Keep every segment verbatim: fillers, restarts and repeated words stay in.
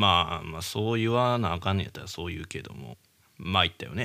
まあまあそう言わなあかんねやったらそう言うけども、まあ言ったよね。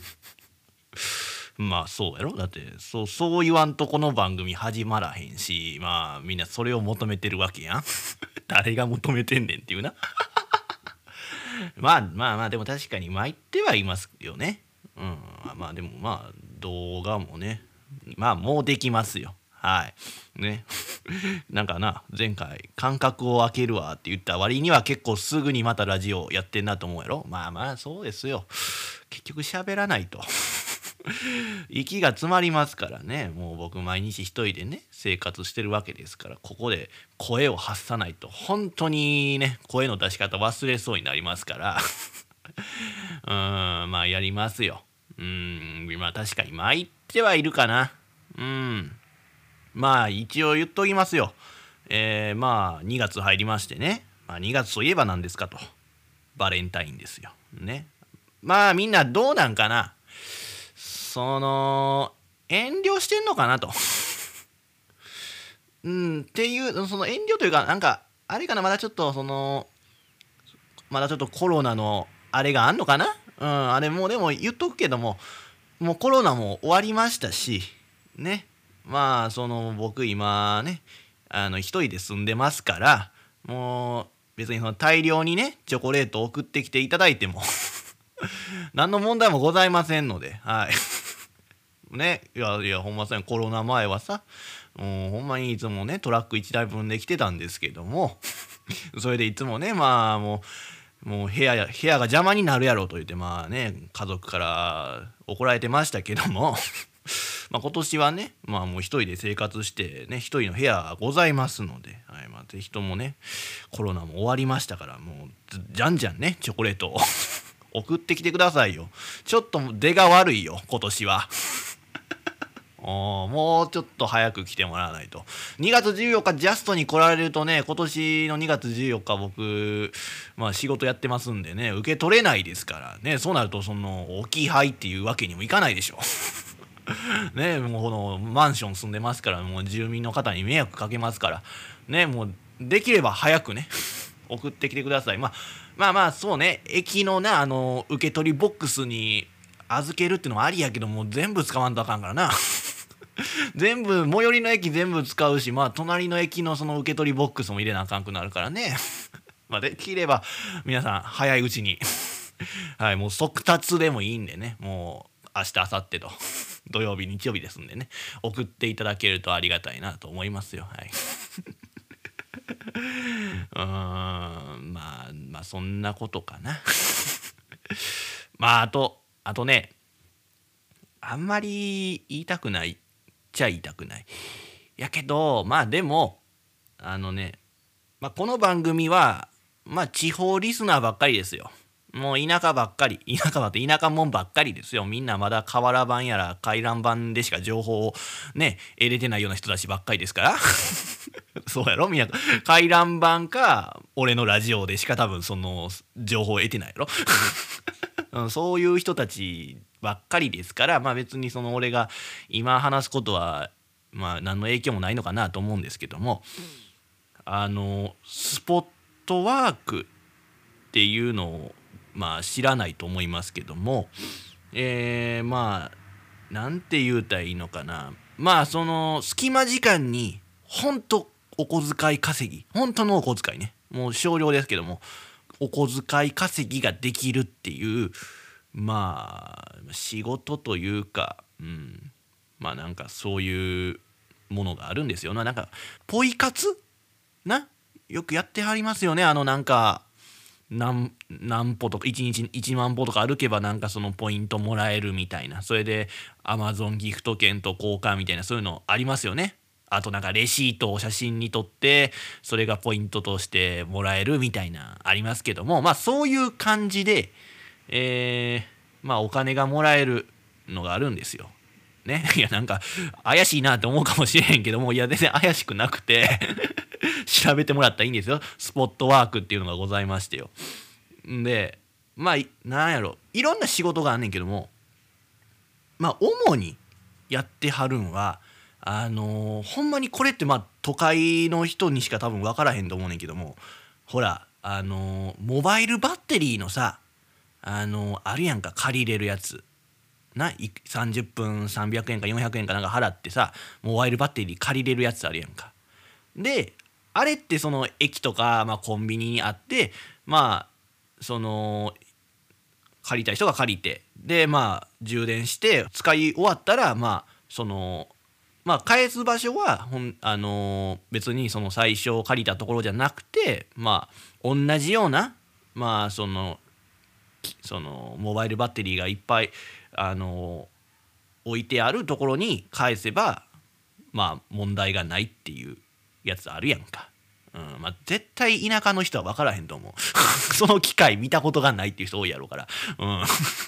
まあそうやろ、だってそうそう言わんとこの番組始まらへんし、まあみんなそれを求めてるわけやん。誰が求めてんねんっていうな。まあまあまあでも確かに参ってはいますよね。うん、まあでもまあ動画もね、まあもうできますよ。はいね。なんかな、前回間隔を空けるわって言った割には結構すぐにまたラジオやってんなと思うやろ。まあまあそうですよ。結局喋らないと。息が詰まりますからね。もう僕毎日一人でね生活してるわけですから、ここで声を発さないと本当にね声の出し方忘れそうになりますから。うーん、まあやりますよ。うーん、まあ確かに参ってはいるかな。うん、まあ一応言っときますよ。えー、まあにがつ入りましてね、まあ、にがつといえばなんですかと、バレンタインですよね。まあみんなどうなんかな、その遠慮してんのかなと。うんっていうその遠慮というか、なんかあれかな、まだちょっとそのまだちょっとコロナのあれがあんのかな。うん、あれもうでも言っとくけども、もうコロナも終わりましたしね。まあその僕今ねあの一人で住んでますから、もう別にその大量にねチョコレート送ってきていただいても何の問題もございませんので、はいね。いやいやほんまさにコロナ前はさ、もうほんまにいつもねトラックいちだいぶんで来てたんですけども、それでいつもね、まあもうもう部屋や部屋が邪魔になるやろうと言ってまあね家族から怒られてましたけども。まあ今年はね、まあもう一人で生活してね、一人の部屋がございますので、はい、まあぜひともね、コロナも終わりましたから、もうじゃんじゃんね、チョコレートを送ってきてくださいよ。ちょっと出が悪いよ、今年は。おもうちょっと早く来てもらわないと。にがつじゅうよっかジャストに来られるとね、今年のにがつじゅうよっか僕、まあ仕事やってますんでね、受け取れないですからね。そうなるとその置き配っていうわけにもいかないでしょ。ね、もうこのマンション住んでますから、もう住民の方に迷惑かけますからね、もうできれば早くね送ってきてください。まあまあまあそうね、駅のなあの受け取りボックスに預けるっていうのもありやけども、全部使わんとあかんからな。全部最寄りの駅全部使うし、まあ隣の駅のその受け取りボックスも入れなあかんくなるからね。まあできれば皆さん早いうちにはい、もう速達でもいいんでね、もう明日明後日と土曜日日曜日ですんでね、送っていただけるとありがたいなと思いますよ。はい。うーん、まあまあそんなことかな。まああとあとね、あんまり言いたくないっちゃ言いたくない。やけどまあでもあのね、まあ、この番組はまあ地方リスナーばっかりですよ。もう田舎ばっかり、田舎ばって田舎もんばっかりですよ。みんなまだ河原版やら回覧版でしか情報をね得れてないような人たちばっかりですから。そうやろ、みんな回覧版か俺のラジオでしか多分その情報を得てないやろ。うん、そういう人たちばっかりですから、まあ別にその俺が今話すことはまあ何の影響もないのかなと思うんですけども、あのスポットワークっていうのをまあ知らないと思いますけども、えー、まあなんて言うたらいいのかな、まあその隙間時間にほんとお小遣い稼ぎ、本当のお小遣いね、もう少量ですけどもお小遣い稼ぎができるっていうまあ仕事というか、うん、まあなんかそういうものがあるんですよな。なんかポイ活な、よくやってはりますよね。あのなんか何何歩とかいちにちいちまん歩とか歩けばなんかそのポイントもらえるみたいな、それでアマゾンギフト券と交換みたいな、そういうのありますよね。あとなんかレシートを写真に撮ってそれがポイントとしてもらえるみたいなありますけども、まあそういう感じで、えー、まあお金がもらえるのがあるんですよ。ね、いやなんか怪しいなって思うかもしれへんけども、いや全然怪しくなくて調べてもらったらいいんですよ。スポットワークっていうのがございましてよ。んでまあなんやろ、いろんな仕事があんねんけども、まあ主にやってはるんはあのーほんまにこれってまあ都会の人にしか多分分からへんと思うねんけども、ほらあのモバイルバッテリーのさ、あのあるやんか、借りれるやつないさんじゅっぷんさんびゃくえんかよんひゃくえんかなんか払ってさ、モバイルバッテリー借りれるやつあるやんか。であれってその駅とか、まあ、コンビニにあって、まあその借りたい人が借りて、でまあ充電して使い終わったら、まあそのまあ返す場所はほん、あのー別にその最初借りたところじゃなくて、まあ同じような、まあそのきそのモバイルバッテリーがいっぱい、あのー置いてあるところに返せば、まあ問題がないっていうやつあるやんか。うん、まあ絶対田舎の人は分からへんと思う。その機械見たことがないっていう人多いやろうから。うん。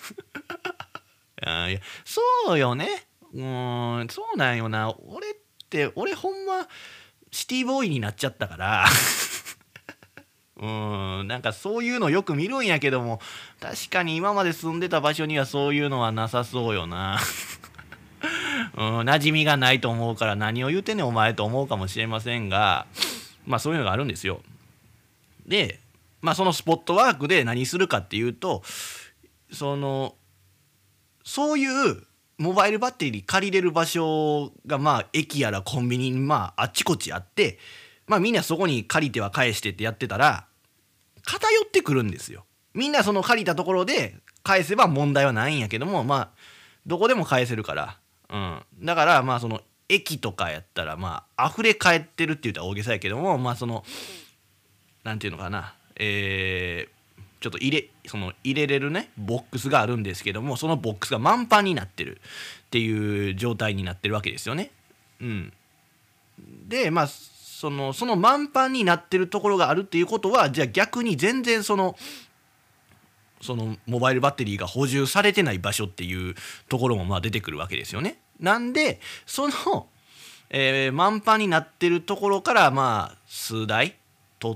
あ、いやそうよね。うーん、そうなんよな。俺って俺ほんまシティボーイになっちゃったから。うーん、なんかそういうのよく見るんやけども、確かに今まで住んでた場所にはそういうのはなさそうよな。うん、馴染みがないと思うから、何を言うてんねんお前と思うかもしれませんが、まあそういうのがあるんですよ。で、まあそのスポットワークで何するかっていうと、そのそういうモバイルバッテリー借りれる場所が、まあ駅やらコンビニに、まああっちこっちあって、まあみんなそこに借りては返してってやってたら偏ってくるんですよ。みんなその借りたところで返せば問題はないんやけども、まあどこでも返せるから、うん、だからまあその駅とかやったらまあ溢れ返ってるって言ったら大げさやけども、まあそのなんていうのかな、えーちょっと入れその入れれるねボックスがあるんですけども、そのボックスが満帆になってるっていう状態になってるわけですよね。うん、でまあそのその満帆になってるところがあるっていうことは、じゃあ逆に全然そのそのモバイルバッテリーが補充されてない場所っていうところもまあ出てくるわけですよね。なんでその、えー満帆になってるところからまあ数台取って、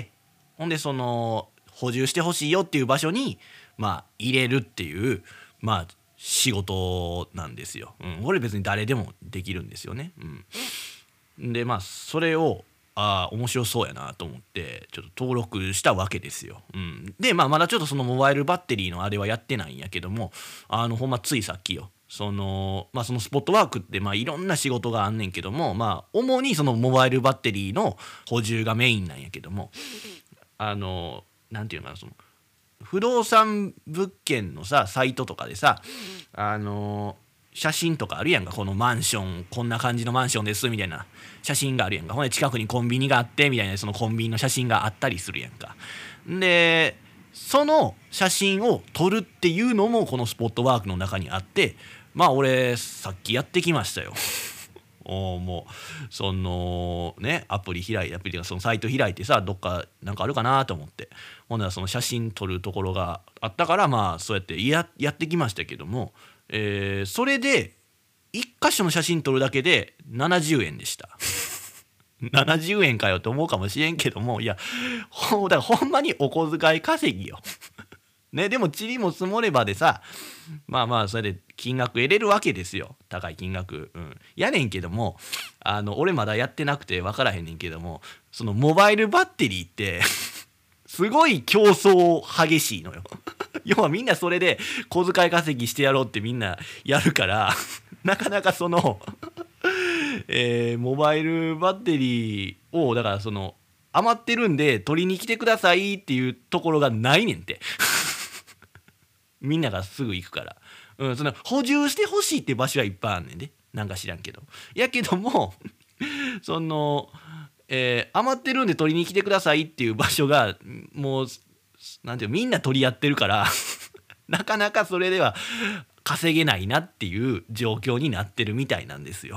ほんでその補充してほしいよっていう場所にまあ入れるっていうまあ仕事なんですよ。うん、これ別に誰でもできるんですよね。うん、でまあそれをああ面白そうやなと思ってちょっと登録したわけですよ。うん、でまあまだちょっとそのモバイルバッテリーのあれはやってないんやけども、あのほんまついさっきよ、そのまあそのスポットワークってまあいろんな仕事があんねんけども、まあ主にそのモバイルバッテリーの補充がメインなんやけども、あのなんていうのかな、その不動産物件のさサイトとかでさ、あの写真とかあるやんか、このマンションこんな感じのマンションですみたいな写真があるやんか。ほんで近くにコンビニがあってみたいな、そのコンビニの写真があったりするやんか。でその写真を撮るっていうのもこのスポットワークの中にあって、まあ俺さっきやってきましたよ。おもうそのねアプリ開いてアプリがそのサイト開いてさ、どっかなんかあるかなと思って、ほんならその写真撮るところがあったから、まあそうやってややってきましたけども、えーそれで一箇所の写真撮るだけでななじゅうえんでした。ななじゅうえんかよと思うかもしれんけども、いやほだからほんまにお小遣い稼ぎよ。ね、でも塵も積もればでさ、まあまあそれで金額得れるわけですよ、高い金額。うん、やねんけども、あの俺まだやってなくて分からへんねんけども、そのモバイルバッテリーってすごい競争激しいのよ。要はみんなそれで小遣い稼ぎしてやろうってみんなやるからなかなかその、えーモバイルバッテリーをだからその余ってるんで取りに来てくださいっていうところがないねんて。みんながすぐ行くから、うん、その補充してほしいって場所はいっぱいあんねんで、なんか知らんけど。やけどもその、えー余ってるんで取りに来てくださいっていう場所がもうなんていうみんな取り合ってるからなかなかそれでは稼げないなっていう状況になってるみたいなんですよ。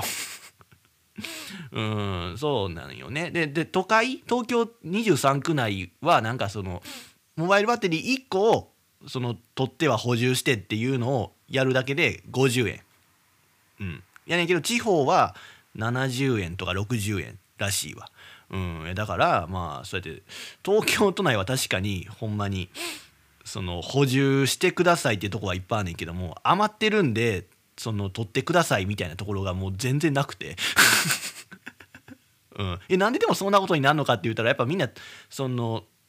うんそうなんよね。でで都会東京にじゅうさん区内はなんかそのモバイルバッテリーいっこをその取っては補充してっていうのをやるだけでごじゅうえん、うん、やねんけど地方はななじゅうえんとかろくじゅうえんらしいわ。うん、だからまあそうやって東京都内は確かにほんまにその補充してくださいっていうとこはいっぱいあるねんけども、余ってるんでその取ってくださいみたいなところがもう全然なくてうん、えなんででもそんなことになるのかって言ったら、やっぱみんなその溜め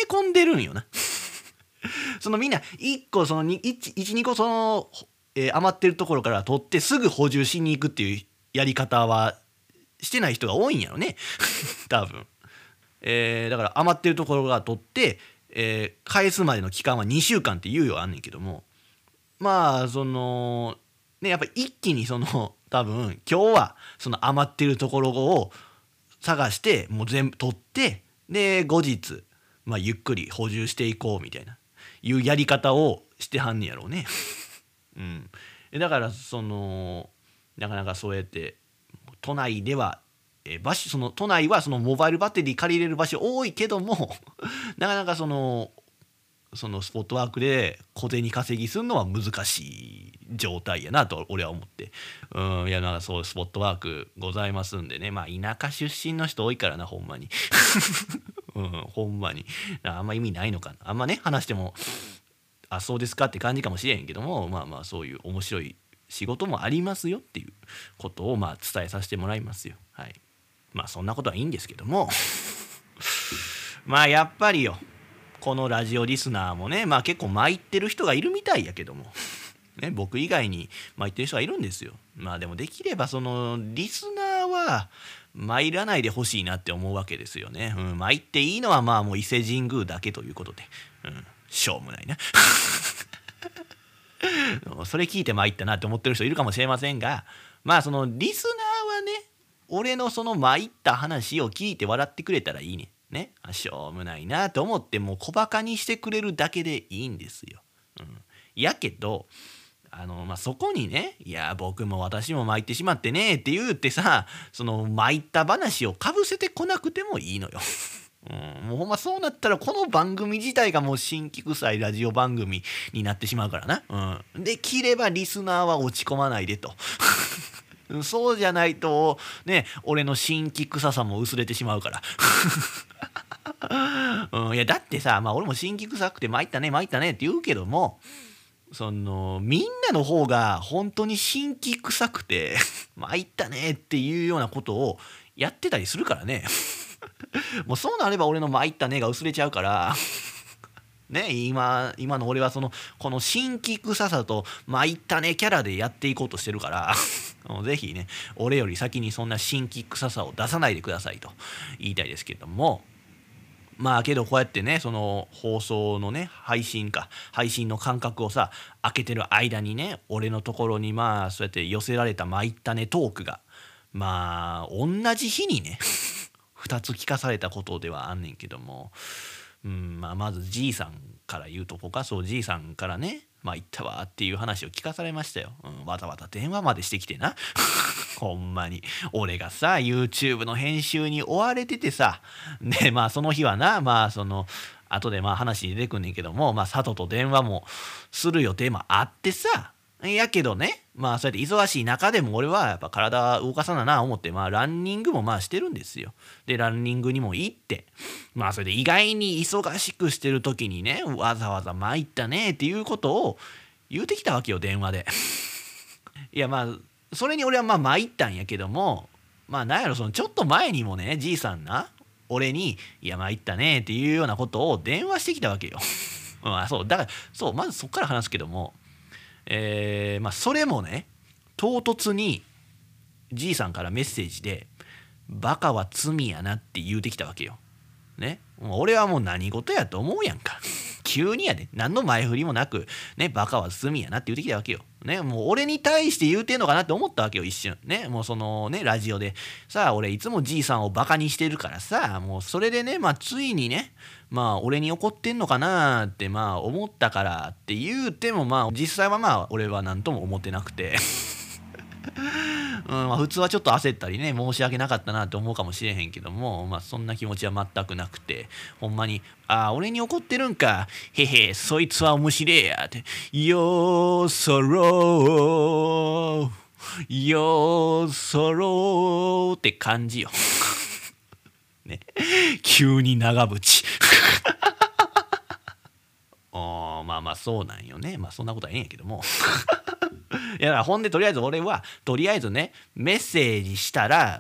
込んでるんよなそのみんないっこそのいちにこその、えー余ってるところから取ってすぐ補充しに行くっていうやり方はしてない人が多いんやろね多分、えーだから余ってるところが取って、えー返すまでの期間はにしゅうかんって猶予あんねんけども、まあそのねやっぱり一気にその多分今日はその余ってるところを探してもう全部取ってで後日、まあ、ゆっくり補充していこうみたいないうやり方をしてはんねやろうねうん、だからそのなかなかそうやって都内ではえ場所その都内はそのモバイルバッテリー借りれる場所多いけどもなかなかそのそのスポットワークで小銭稼ぎするのは難しい状態やなと俺は思って、うんいやなんかそうスポットワークございますんでね、まあ田舎出身の人多いからなほんまに、うん、ほんまにあんま意味ないのかなあんまね話してもあそうですかって感じかもしれへんけども、まあまあそういう面白い仕事もありますよっていうことをまあ伝えさせてもらいますよ。はい。まあそんなことはいいんですけどもまあやっぱりよこのラジオリスナーもねまあ結構参ってる人がいるみたいやけどもね、僕以外に参ってる人がいるんですよ。まあでもできればそのリスナーは参らないでほしいなって思うわけですよね。うん、参っていいのはまあもう伊勢神宮だけということで、うん、しょうもないなそれ聞いて参ったなって思ってる人いるかもしれませんが、まあそのリスナーはね俺のその参った話を聞いて笑ってくれたらいいね。ね、あしょうもないなと思ってもう小バカにしてくれるだけでいいんですよ。うん、やけどあの、まあ、そこにねいや僕も私も参ってしまってねって言うてさその参った話をかぶせてこなくてもいいのよ。うん、もうほんまそうなったらこの番組自体がもう新規臭いラジオ番組になってしまうからな、うん、できればリスナーは落ち込まないでとそうじゃないとね俺の新規臭さも薄れてしまうからうん、いやだってさまあ俺も新規臭くて参ったね参ったねって言うけどもそのみんなの方が本当に新規臭くて参ったねっていうようなことをやってたりするからねもうそうなれば俺の参ったねが薄れちゃうからね今今の俺はそのこの新規臭さと参ったねキャラでやっていこうとしてるからもうぜひね俺より先にそんな新規臭さを出さないでくださいと言いたいですけれども、まあけどこうやってねその放送のね配信か配信の間隔をさ空けてる間にね俺のところにまあそうやって寄せられた参ったねトークがまあ同じ日にねふたつ聞かされたことではあんねんけども、うんまあ、まずじいさんから言うとこかそうじいさんからねまあ行ったわっていう話を聞かされましたよ、うん、わざわざ電話までしてきてなほんまに俺がさ YouTube の編集に追われててさでまあその日はなまあその後でまあ話に出てくんねんけどもまあ佐藤と電話もする予定もあってさやけどねまあそうやって忙しい中でも俺はやっぱ体動かさなな思ってまあランニングもまあしてるんですよ。でランニングにも行ってまあそれで意外に忙しくしてる時にねわざわざ参ったねっていうことを言うてきたわけよ電話でいやまあそれに俺はまあ参ったんやけどもまあなんやろそのちょっと前にもねじいさんな俺に「いや参ったね」っていうようなことを電話してきたわけよまあそうだからそうまずそっから話すけどもえー、まあそれもね唐突にじいさんからメッセージで「バカは罪やな」って言うてきたわけよ。ね、もう俺はもう何事やと思うやんか急にやで何の前振りもなくねバカは罪やなって言うてきたわけよ。ねもう俺に対して言うてんのかなって思ったわけよ一瞬ねもうそのねラジオでさあ俺いつもじいさんをバカにしてるからさもうそれでねまあついにねまあ俺に怒ってんのかなってまあ思ったからって言うてもまあ実際はまあ俺は何とも思ってなくてうんまあ、普通はちょっと焦ったりね申し訳なかったなって思うかもしれへんけども、まあ、そんな気持ちは全くなくてほんまに「ああ俺に怒ってるんかへへそいつは面白えや」って「よーそろーよーそろー」って感じよね急に長渕おまあまあそうなんよねまあそんなことはええんやけどもいやほんでとりあえず俺はとりあえずねメッセージしたら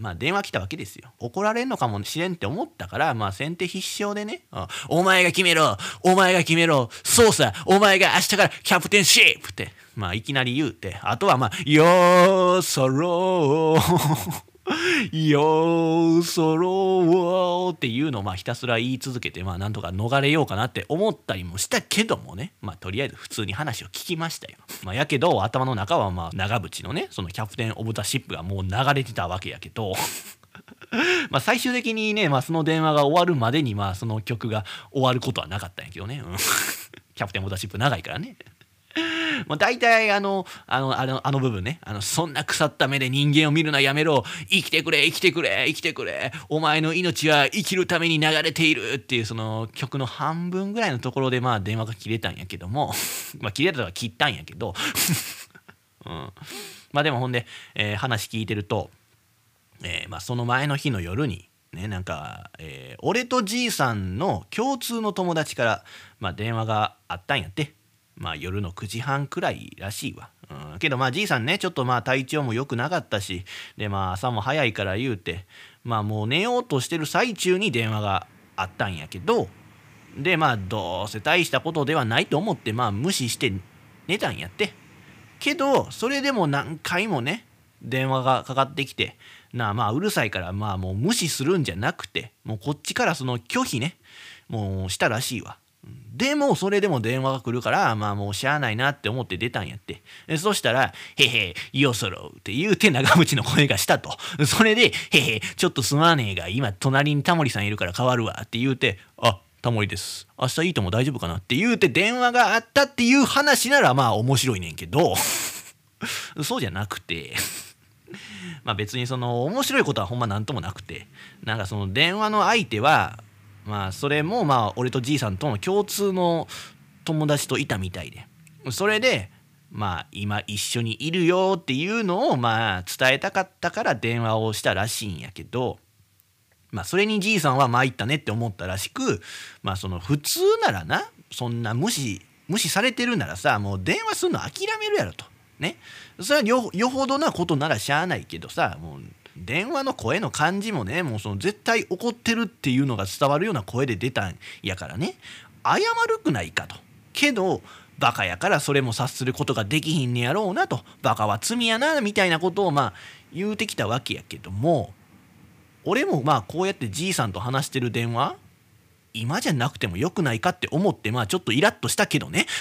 まあ電話来たわけですよ。怒られんのかもしれんって思ったから、まあ先手必勝でね、あお前が決めろお前が決めろそうさお前が明日からキャプテンシップって、まあいきなり言うて、あとはまあ、よーそろーよーそろーっていうのをまあひたすら言い続けて、まあなんとか逃れようかなって思ったりもしたけどもね、まあとりあえず普通に話を聞きましたよ。まあやけど頭の中はまあ長渕のね、そのキャプテンオブザシップがもう流れてたわけやけどまあ最終的にね、まあその電話が終わるまでにまあその曲が終わることはなかったんやけどね、うん、キャプテンオブザシップ長いからね。もう大体あのあのあのあの部分ね、あのそんな腐った目で人間を見るのやめろ、生きてくれ生きてくれ生きてくれ、お前の命は生きるために流れているっていうその曲の半分ぐらいのところでまあ電話が切れたんやけどもまあ切れたとは切ったんやけど、うん、まあでもほんで、えー、話聞いてると、えー、まあその前の日の夜にね、なんか、えー、俺とじいさんの共通の友達から、まあ、電話があったんやって。まあ夜のくじはんくらいらしいわ。うん、けどまあじいさんね、ちょっとまあ体調も良くなかったし、でまあ朝も早いから言うて、まあもう寝ようとしてる最中に電話があったんやけど、でまあどうせ大したことではないと思ってまあ無視して寝たんやって。けどそれでも何回もね、電話がかかってきて、なあまあうるさいからまあもう無視するんじゃなくて、もうこっちからその拒否ね、もうしたらしいわ。でもそれでも電話が来るからまあもうしゃあないなって思って出たんやって。そしたら「へへよそろ」って言うて長渕の声がしたと。それで「へへちょっとすまねえが今隣にタモリさんいるから変わるわ」って言うて「あタモリです明日いいとも大丈夫かな」って言うて電話があったっていう話ならまあ面白いねんけどそうじゃなくてまあ別にその面白いことはほんまなんともなくて、なんかその電話の相手はまあそれもまあ俺とじいさんとの共通の友達といたみたいで、それでまあ今一緒にいるよっていうのをまあ伝えたかったから電話をしたらしいんやけど、まあそれにじいさんは参ったねって思ったらしく、まあその普通ならな、そんな無視無視されてるならさ、もう電話するの諦めるやろとね。それは よ, よほどなことならしゃあないけどさ、もう電話の声の感じもね、もうその絶対怒ってるっていうのが伝わるような声で出たんやからね、謝るくないかと。けどバカやからそれも察することができひんねやろうなと、バカは罪やなみたいなことをまあ言うてきたわけやけども、俺もまあこうやってじいさんと話してる電話今じゃなくてもよくないかって思って、まあちょっとイラッとしたけどね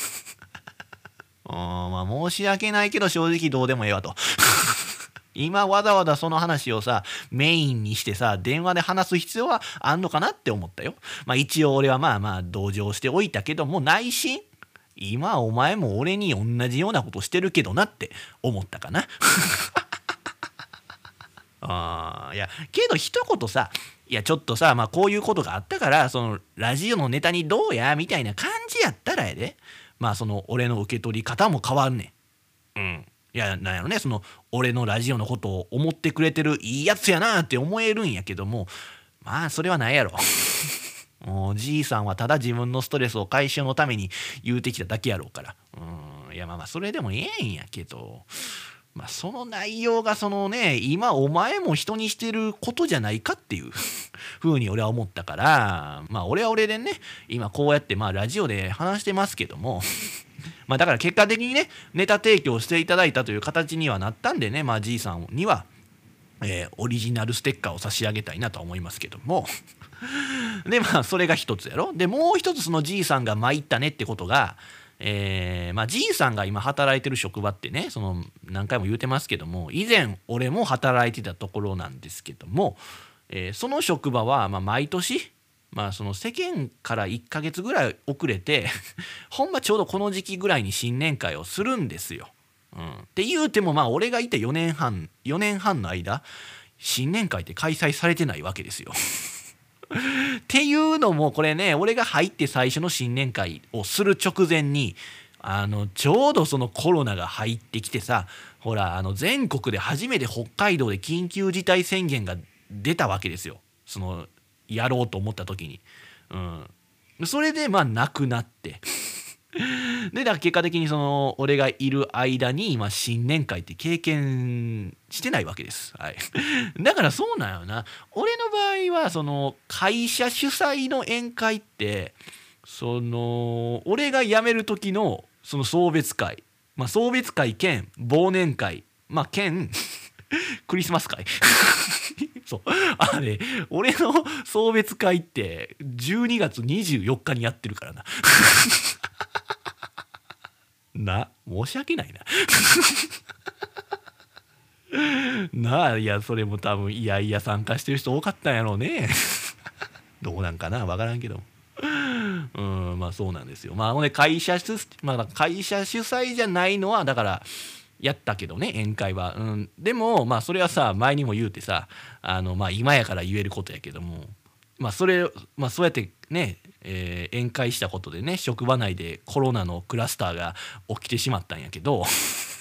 あまあ申し訳ないけど正直どうでもええわと今わざわざその話をさメインにしてさ電話で話す必要はあんのかなって思ったよ。まあ一応俺はまあまあ同情しておいたけども、内心今お前も俺に同じようなことしてるけどなって思ったかなあいやけど一言さ、いやちょっとさ、まあこういうことがあったからそのラジオのネタにどうやみたいな感じやったらやで、まあその俺の受け取り方も変わんねん。うんいやなんやろね、その俺のラジオのことを思ってくれてるいいやつやなって思えるんやけども、まあそれはないやろもうじいさんはただ自分のストレスを解消のために言うてきただけやろうから、うんいやまあまあそれでもええんやけど、まあその内容がそのね今お前も人にしてることじゃないかっていうふうに俺は思ったから、まあ俺は俺でね今こうやってまあラジオで話してますけどもまあだから結果的にねネタ提供していただいたという形にはなったんでね、まあじいさんには、えー、オリジナルステッカーを差し上げたいなと思いますけどもでまあそれが一つやろ。でもう一つそのじいさんが参ったねってことが、えー、まあじいさんが今働いてる職場ってね、その何回も言うてますけども、以前俺も働いてたところなんですけども、えー、その職場はまあ毎年まあその世間からいっかげつぐらい遅れてほんまちょうどこの時期ぐらいに新年会をするんですよ。うん、って言うてもまあ俺がいたよねんはんよねんはんの間新年会って開催されてないわけですよっていうのもこれね、俺が入って最初の新年会をする直前にあのちょうどそのコロナが入ってきてさ、ほらあの全国で初めて北海道で緊急事態宣言が出たわけですよ、そのやろうと思った時に。うん、それでまあなくなってでだから結果的にその俺がいる間に今新年会って経験してないわけです、はい、だからそうなんよな。俺の場合はその会社主催の宴会ってその俺が辞める時のその送別会、まあ送別会兼忘年会、まあ兼クリスマス会そうあれ俺の送別会ってじゅうにがつにじゅうよっかにやってるからなな申し訳ないななあ。いやそれも多分いやいや参加してる人多かったんやろうねどうなんかな分からんけど、うんまあそうなんですよ。まあほんで会社主、まあ、会社主催じゃないのはだからやったけどね宴会は、うん、でもまあそれはさ前にも言うてさあのまあ今やから言えることやけども、まあそれまあそうやってね、えー宴会したことでね職場内でコロナのクラスターが起きてしまったんやけど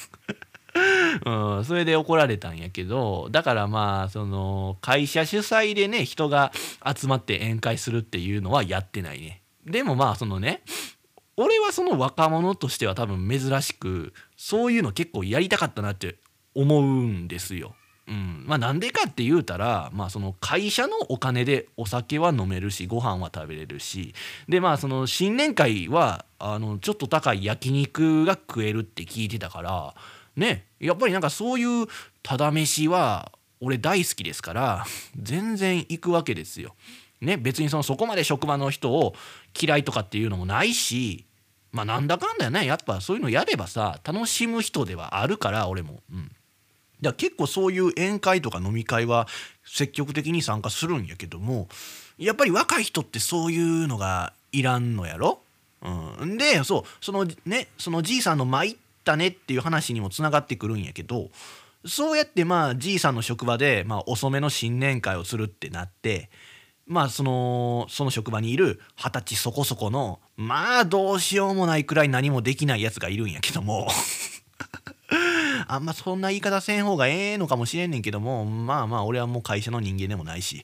うん、それで怒られたんやけど、だからまあその会社主催でね人が集まって宴会するっていうのはやってないね。でもまあそのね俺はその若者としては多分珍しくそういうの結構やりたかったなって思うんですよ。うん、まあなんでかって言うたら、まあ、その会社のお金でお酒は飲めるしご飯は食べれるしでまあその新年会はあのちょっと高い焼肉が食えるって聞いてたからね、やっぱりなんかそういうただ飯は俺大好きですから全然行くわけですよ。ね、別にそのそこまで職場の人を嫌いとかっていうのもないし、まあなんだかんだよねやっぱそういうのやればさ楽しむ人ではあるから俺も。うん、だから結構そういう宴会とか飲み会は積極的に参加するんやけどもやっぱり若い人ってそういうのがいらんのやろ。うん、でそうそのねそのじいさんの参ったねっていう話にもつながってくるんやけどそうやってまあじいさんの職場で、まあ、遅めの新年会をするってなってまあそのその職場にいる二十歳そこそこのまあどうしようもないくらい何もできないやつがいるんやけどもあんまそんな言い方せん方がええのかもしれんねんけどもまあまあ俺はもう会社の人間でもないし、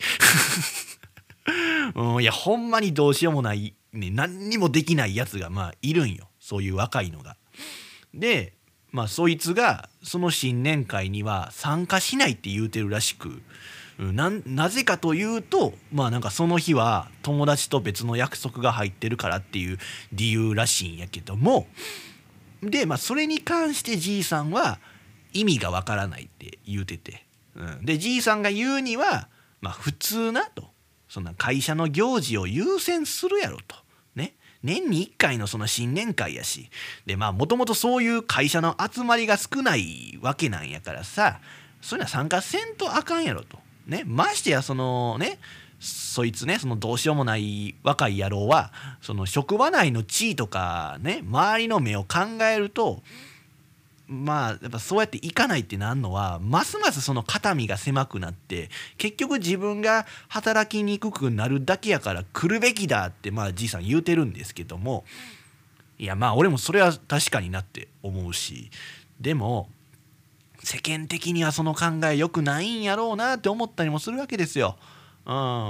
うん、いやほんまにどうしようもない、ね、何にもできないやつがまあいるんよそういう若いのが。でまあそいつがその新年会には参加しないって言うてるらしく、な, なぜかというとまあなんかその日は友達と別の約束が入ってるからっていう理由らしいんやけどもでまあそれに関してじいさんは意味がわからないって言うてて、うん、でじいさんが言うにはまあ普通なとそんな会社の行事を優先するやろとね年にいっかいのその新年会やしでまあもともとそういう会社の集まりが少ないわけなんやからさそういうのは参加せんとあかんやろとねましてやそのねそいつねそのどうしようもない若い野郎はその職場内の地位とかね周りの目を考えるとまあやっぱそうやっていかないってなんのはますますその肩身が狭くなって結局自分が働きにくくなるだけやから来るべきだってまあじいさん言うてるんですけどもいやまあ俺もそれは確かになって思うしでも世間的にはその考え良くないんやろうなって思ったりもするわけですよ。うん、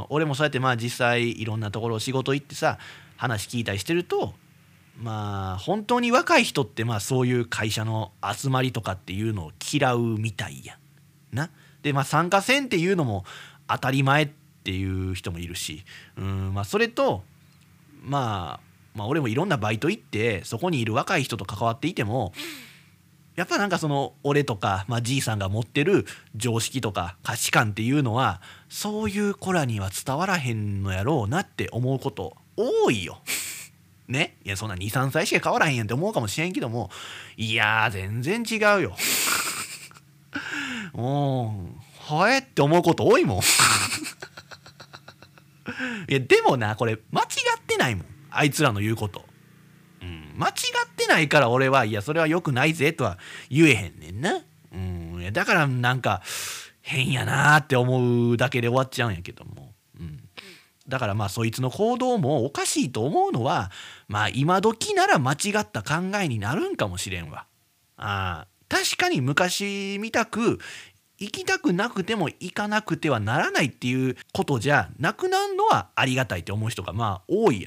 俺もそうやってまあ実際いろんなところ仕事行ってさ話聞いたりしてるとまあ本当に若い人ってまあそういう会社の集まりとかっていうのを嫌うみたいやんな。でまあ参加せんっていうのも当たり前っていう人もいるし、うんまあそれとまあまあ俺もいろんなバイト行ってそこにいる若い人と関わっていてもやっぱなんかその俺とか、まあ、じいさんが持ってる常識とか価値観っていうのはそういう子らには伝わらへんのやろうなって思うこと多いよ。ね、いやそんなにさんさいしか変わらへんやんって思うかもしれんけどもいやー全然違うよ。うんはえって思うこと多いもん。いやでもなこれ間違ってないもんあいつらの言うこと。うん、間違ってないから俺はいやそれは良くないぜとは言えへんねんな。うん、だからなんか変やなって思うだけで終わっちゃうんやけども、うん、だからまあそいつの行動もおかしいと思うのはまあ今時なら間違った考えになるんかもしれんわ。あ確かに昔みたく行きたくなくても行かなくてはならないっていうことじゃなくなるのはありがたいって思う人がまあ多いやろ。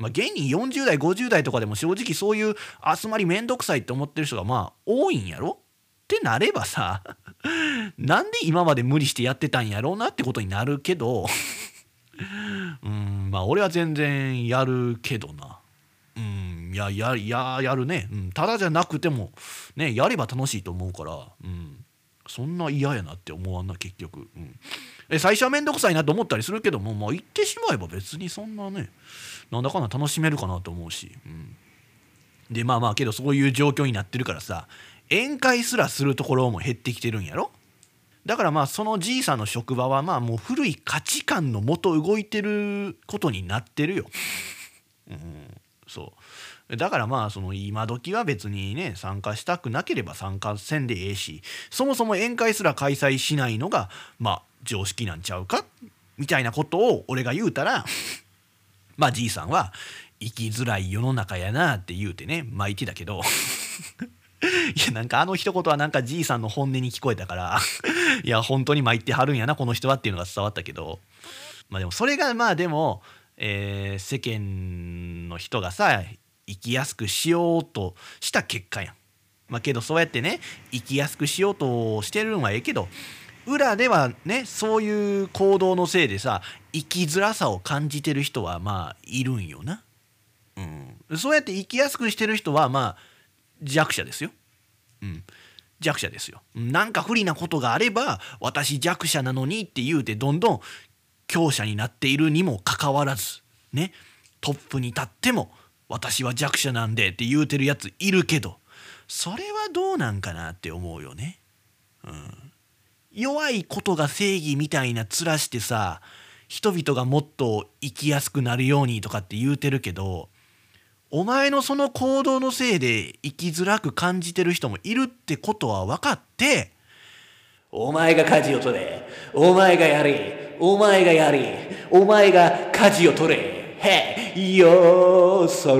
まあ現によんじゅう代ごじゅう代とかでも正直そういう集まりめんどくさいって思ってる人がまあ多いんやろってなればさなんで今まで無理してやってたんやろうなってことになるけどうんまあ俺は全然やるけどな。うんいややややるね、うん、ただじゃなくてもねやれば楽しいと思うから、うん、そんな嫌やなって思わんな結局、うん、え最初は面倒くさいなと思ったりするけども、まあ、言ってしまえば別にそんなねなんだかんだ楽しめるかなと思うし、うん、でまあまあけどそういう状況になってるからさ宴会すらするところも減ってきてるんやろ。だからまあそのじいさんの職場はまあもう古い価値観のもと動いてることになってるよ、うんそうだからまあその今時は別にね参加したくなければ参加せんでええし、そもそも宴会すら開催しないのがまあ常識なんちゃうかみたいなことを俺が言うたらまあじいさんは生きづらい世の中やなって言うてね巻いてたけどいやなんかあの一言はなんかじいさんの本音に聞こえたからいや本当に巻いてはるんやなこの人はっていうのが伝わったけど、まあでもそれがまあでもえー、世間の人がさ生きやすくしようとした結果やん。まあけどそうやってね生きやすくしようとしてるんはええけど裏ではねそういう行動のせいでさ生きづらさを感じてる人はまあいるんよな。うん、そうやって生きやすくしてる人はまあ弱者ですよ。うん、弱者ですよ。なんか不利なことがあれば私弱者なのにって言うてどんどん強者になっているにもかかわらずねトップに立っても私は弱者なんでって言うてるやついるけどそれはどうなんかなって思うよね、うん、弱いことが正義みたいな面してさ人々がもっと生きやすくなるようにとかって言うてるけどお前のその行動のせいで生きづらく感じてる人もいるってことは分かってお前が舵を取れお前がやれお前がやれお前が舵を取れへいよそ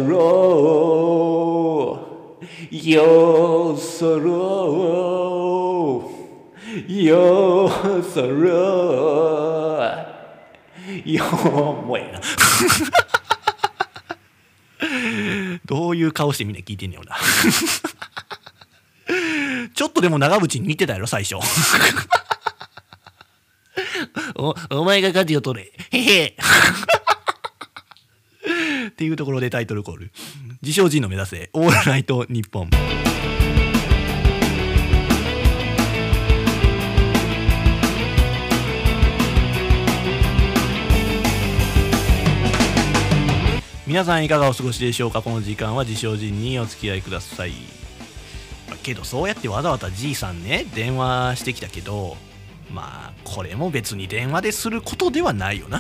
ろよそろよそろよもうええなどういう顔してみんな聞いてんねんよなちょっとでも長渕に似てたやろ最初お, お前が舵を取れへへっていうところでタイトルコール自称人の目指せオールナイトニッポン。皆さんいかがお過ごしでしょうか。この時間は自称人にお付き合いください。けどそうやってわざわざじいさんね電話してきたけどまあこれも別に電話ですることではないよな、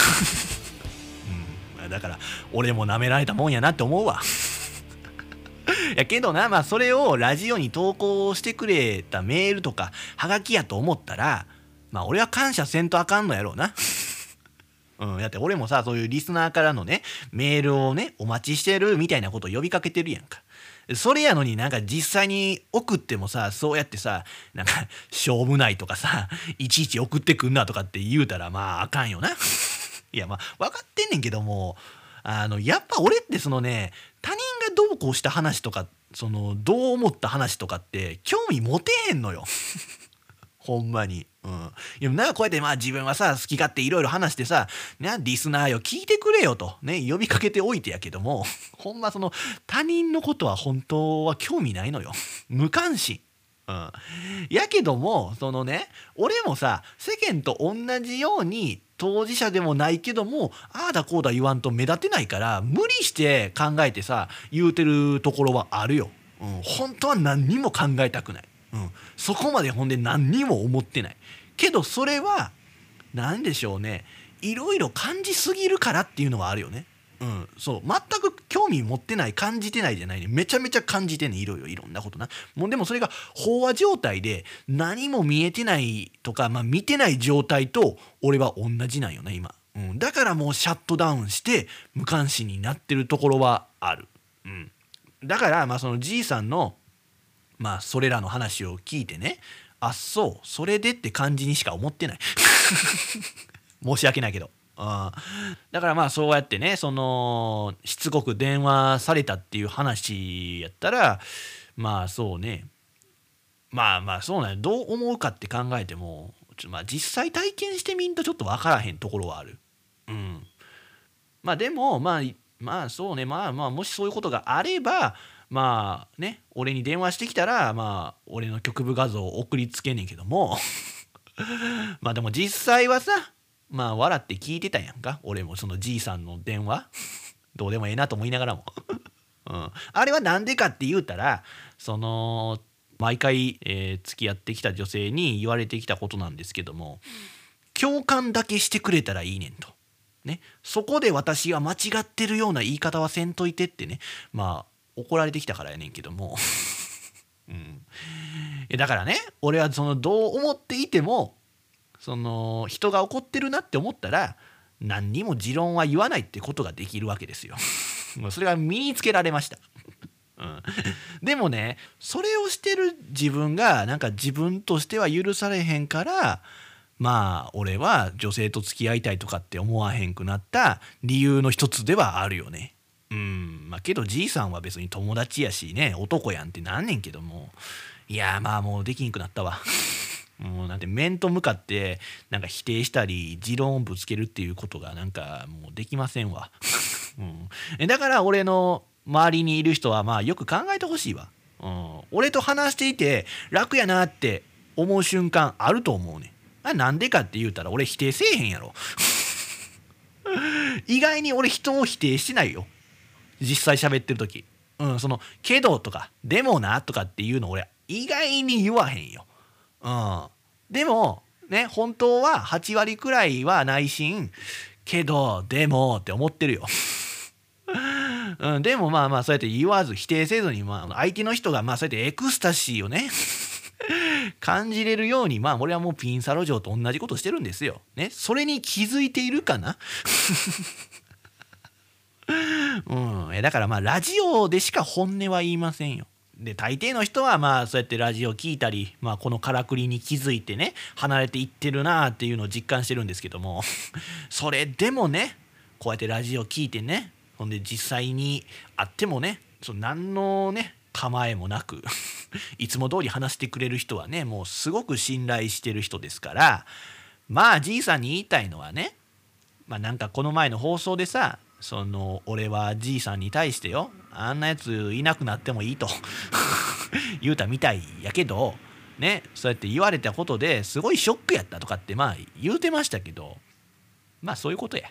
うん、だから俺も舐められたもんやなって思うわやけどなまあそれをラジオに投稿してくれたメールとかハガキやと思ったらまあ俺は感謝せんとあかんのやろうなうん、だって俺もさそういうリスナーからのねメールをねお待ちしてるみたいなことを呼びかけてるやんか。それやのになんか実際に送ってもさそうやってさなんかしょうもないとかさいちいち送ってくんなとかって言うたらまああかんよな。いやまあ分かってんねんけどもあのやっぱ俺ってそのね他人がどうこうした話とかそのどう思った話とかって興味持てへんのよ。ほんまに。うん。いやなんかこうやってまあ自分はさ好き勝手いろいろ話してさなリスナーよ聞いてくれよとね呼びかけておいてやけどもほんまその他人のことは本当は興味ないのよ。無関心。うん。やけどもそのね俺もさ世間と同じように当事者でもないけどもああだこうだ言わんと目立てないから無理して考えてさ言うてるところはあるよ。うん。本当は何にも考えたくない。うん、そこまでほんで何にも思ってないけどそれは何でしょうねいろいろ感じすぎるからっていうのがあるよね。うん、そう全く興味持ってない感じてないじゃないねめちゃめちゃ感じてんねいろいろいろんなことなもうでもそれが飽和状態で何も見えてないとか、まあ、見てない状態と俺は同じなんよね今、うん、だからもうシャットダウンして無関心になってるところはある、うん、だからまあそのじいさんのまあそれらの話を聞いてねあそうそれでって感じにしか思ってない申し訳ないけどあだからまあそうやってねそのしつこく電話されたっていう話やったらまあそうねまあまあそうなんやどう思うかって考えてもちょまあ実際体験してみんとちょっと分からへんところはある。うんまあでもまあまあそうねまあまあもしそういうことがあればまあね俺に電話してきたらまあ俺の局部画像を送りつけんねんけどもまあでも実際はさまあ笑って聞いてたやんか俺もそのじいさんの電話どうでもええなと思いながらも、うん、あれはなんでかって言うたらその毎回、えー付き合ってきた女性に言われてきたことなんですけども共感だけしてくれたらいいねんと。ね、そこで私は間違ってるような言い方はせんといてってねまあ怒られてきたからやねんけども、うん、だからね俺はそのどう思っていてもその人が怒ってるなって思ったら何にも持論は言わないってことができるわけですよ。もうそれが身につけられました。うん、でもねそれをしてる自分がなんか自分としては許されへんからまあ俺は女性と付き合いたいとかって思わへんくなった理由の一つではあるよね。うんまあけどじいさんは別に友達やしね男やんってなんねんけどもいやまあもうできんくなったわ。もうなんて面と向かってなんか否定したり持論をぶつけるっていうことがなんかもうできませんわ。うん、だから俺の周りにいる人はまあよく考えてほしいわ。うん、俺と話していて楽やなって思う瞬間あると思うねん。あなんでかって言うたら俺否定せえへんやろ。意外に俺人を否定してないよ実際喋ってる時。うんそのけどとかでもなとかっていうの俺意外に言わへんよ。うん、でもね本当ははち割くらいは内心けどでもって思ってるよ。うん、でもまあまあそうやって言わず否定せずに、まあ、相手の人がまあそうやってエクスタシーをね感じれるようにまあ俺はもうピンサロ嬢と同じことしてるんですよ。ねそれに気づいているかな。うん、だからまあラジオでしか本音は言いませんよ。で大抵の人はまあそうやってラジオ聞いたり、まあ、このからくりに気づいてね離れていってるなっていうのを実感してるんですけどもそれでもねこうやってラジオ聞いてねほんで実際に会ってもねその何のね構えもなくいつも通り話してくれる人はねもうすごく信頼してる人ですからまあじいさんに言いたいのはねまあなんかこの前の放送でさその俺はじいさんに対してよあんなやついなくなってもいいと言うたみたいやけどねそうやって言われたことですごいショックやったとかってまあ言うてましたけどまあそういうことや。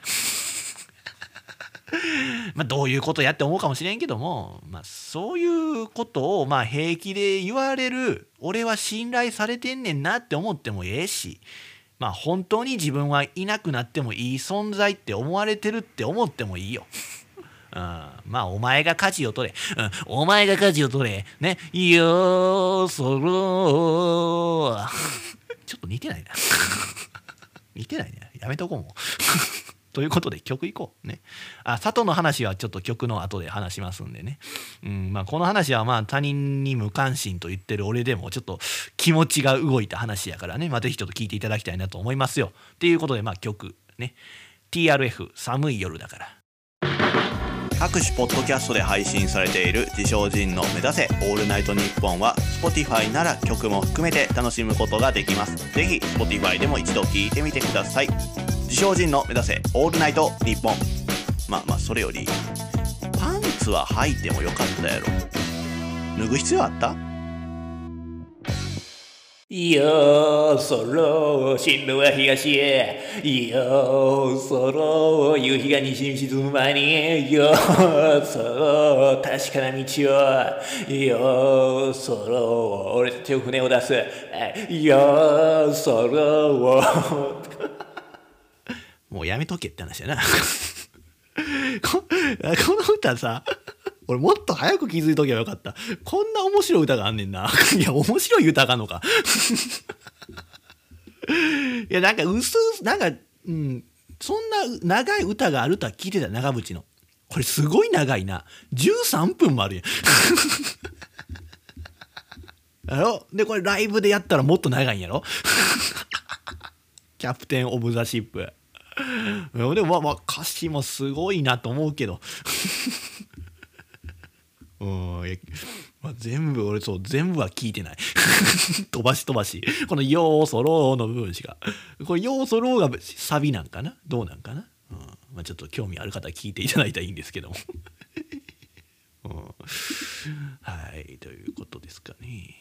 まあどういうことやって思うかもしれんけども、まあ、そういうことをまあ平気で言われる俺は信頼されてんねんなって思ってもええしまあ本当に自分はいなくなってもいい存在って思われてるって思ってもいいよ。うん、まあお前が舵を取れ、うん、お前が舵を取れねよーそろーちょっと似てないな似てないねやめとこうもうということで曲いこうね。あ佐藤の話はちょっと曲の後で話しますんでね、うんまあ、この話はまあ他人に無関心と言ってる俺でもちょっと気持ちが動いた話やからね、まあ、ぜひちょっと聞いていただきたいなと思いますよ。っていうことでまあ曲ね ティーアールエフ 寒い夜だから。各種ポッドキャストで配信されている自称人の目指せオールナイトニッポンは Spotify なら曲も含めて楽しむことができます。ぜひ Spotify でも一度聞いてみてください。自称人の目指せオールナイトニッポン。まあまあそれよりパンツは履いてもよかったやろ。脱ぐ必要あった？よーそろ進路は東へよーそろ夕日が西に沈む前によーそろ確かな道をよーそろ俺たちを船を出すよーそろもうやめとけって話やなこ, この歌さ俺もっと早く気づいとけばよかった。こんな面白い歌があんねんな。いや面白い歌があんのかいやなんかうすうすなんか、うん、そんな長い歌があるとは聞いてた。長渕のこれすごい長いな。じゅうさんぷんもあるやんやろ。でこれライブでやったらもっと長いんやろキャプテンオブザシップでもまあまあ歌詞もすごいなと思うけどうん、まあ、全部俺そう全部は聞いてない飛ばし飛ばしこの「要素ロー」の部分しかこれ要素ローがサビなんかなどうなんかな、うんまあ、ちょっと興味ある方は聞いていただいたらいいんですけども、うん、はいということですかね。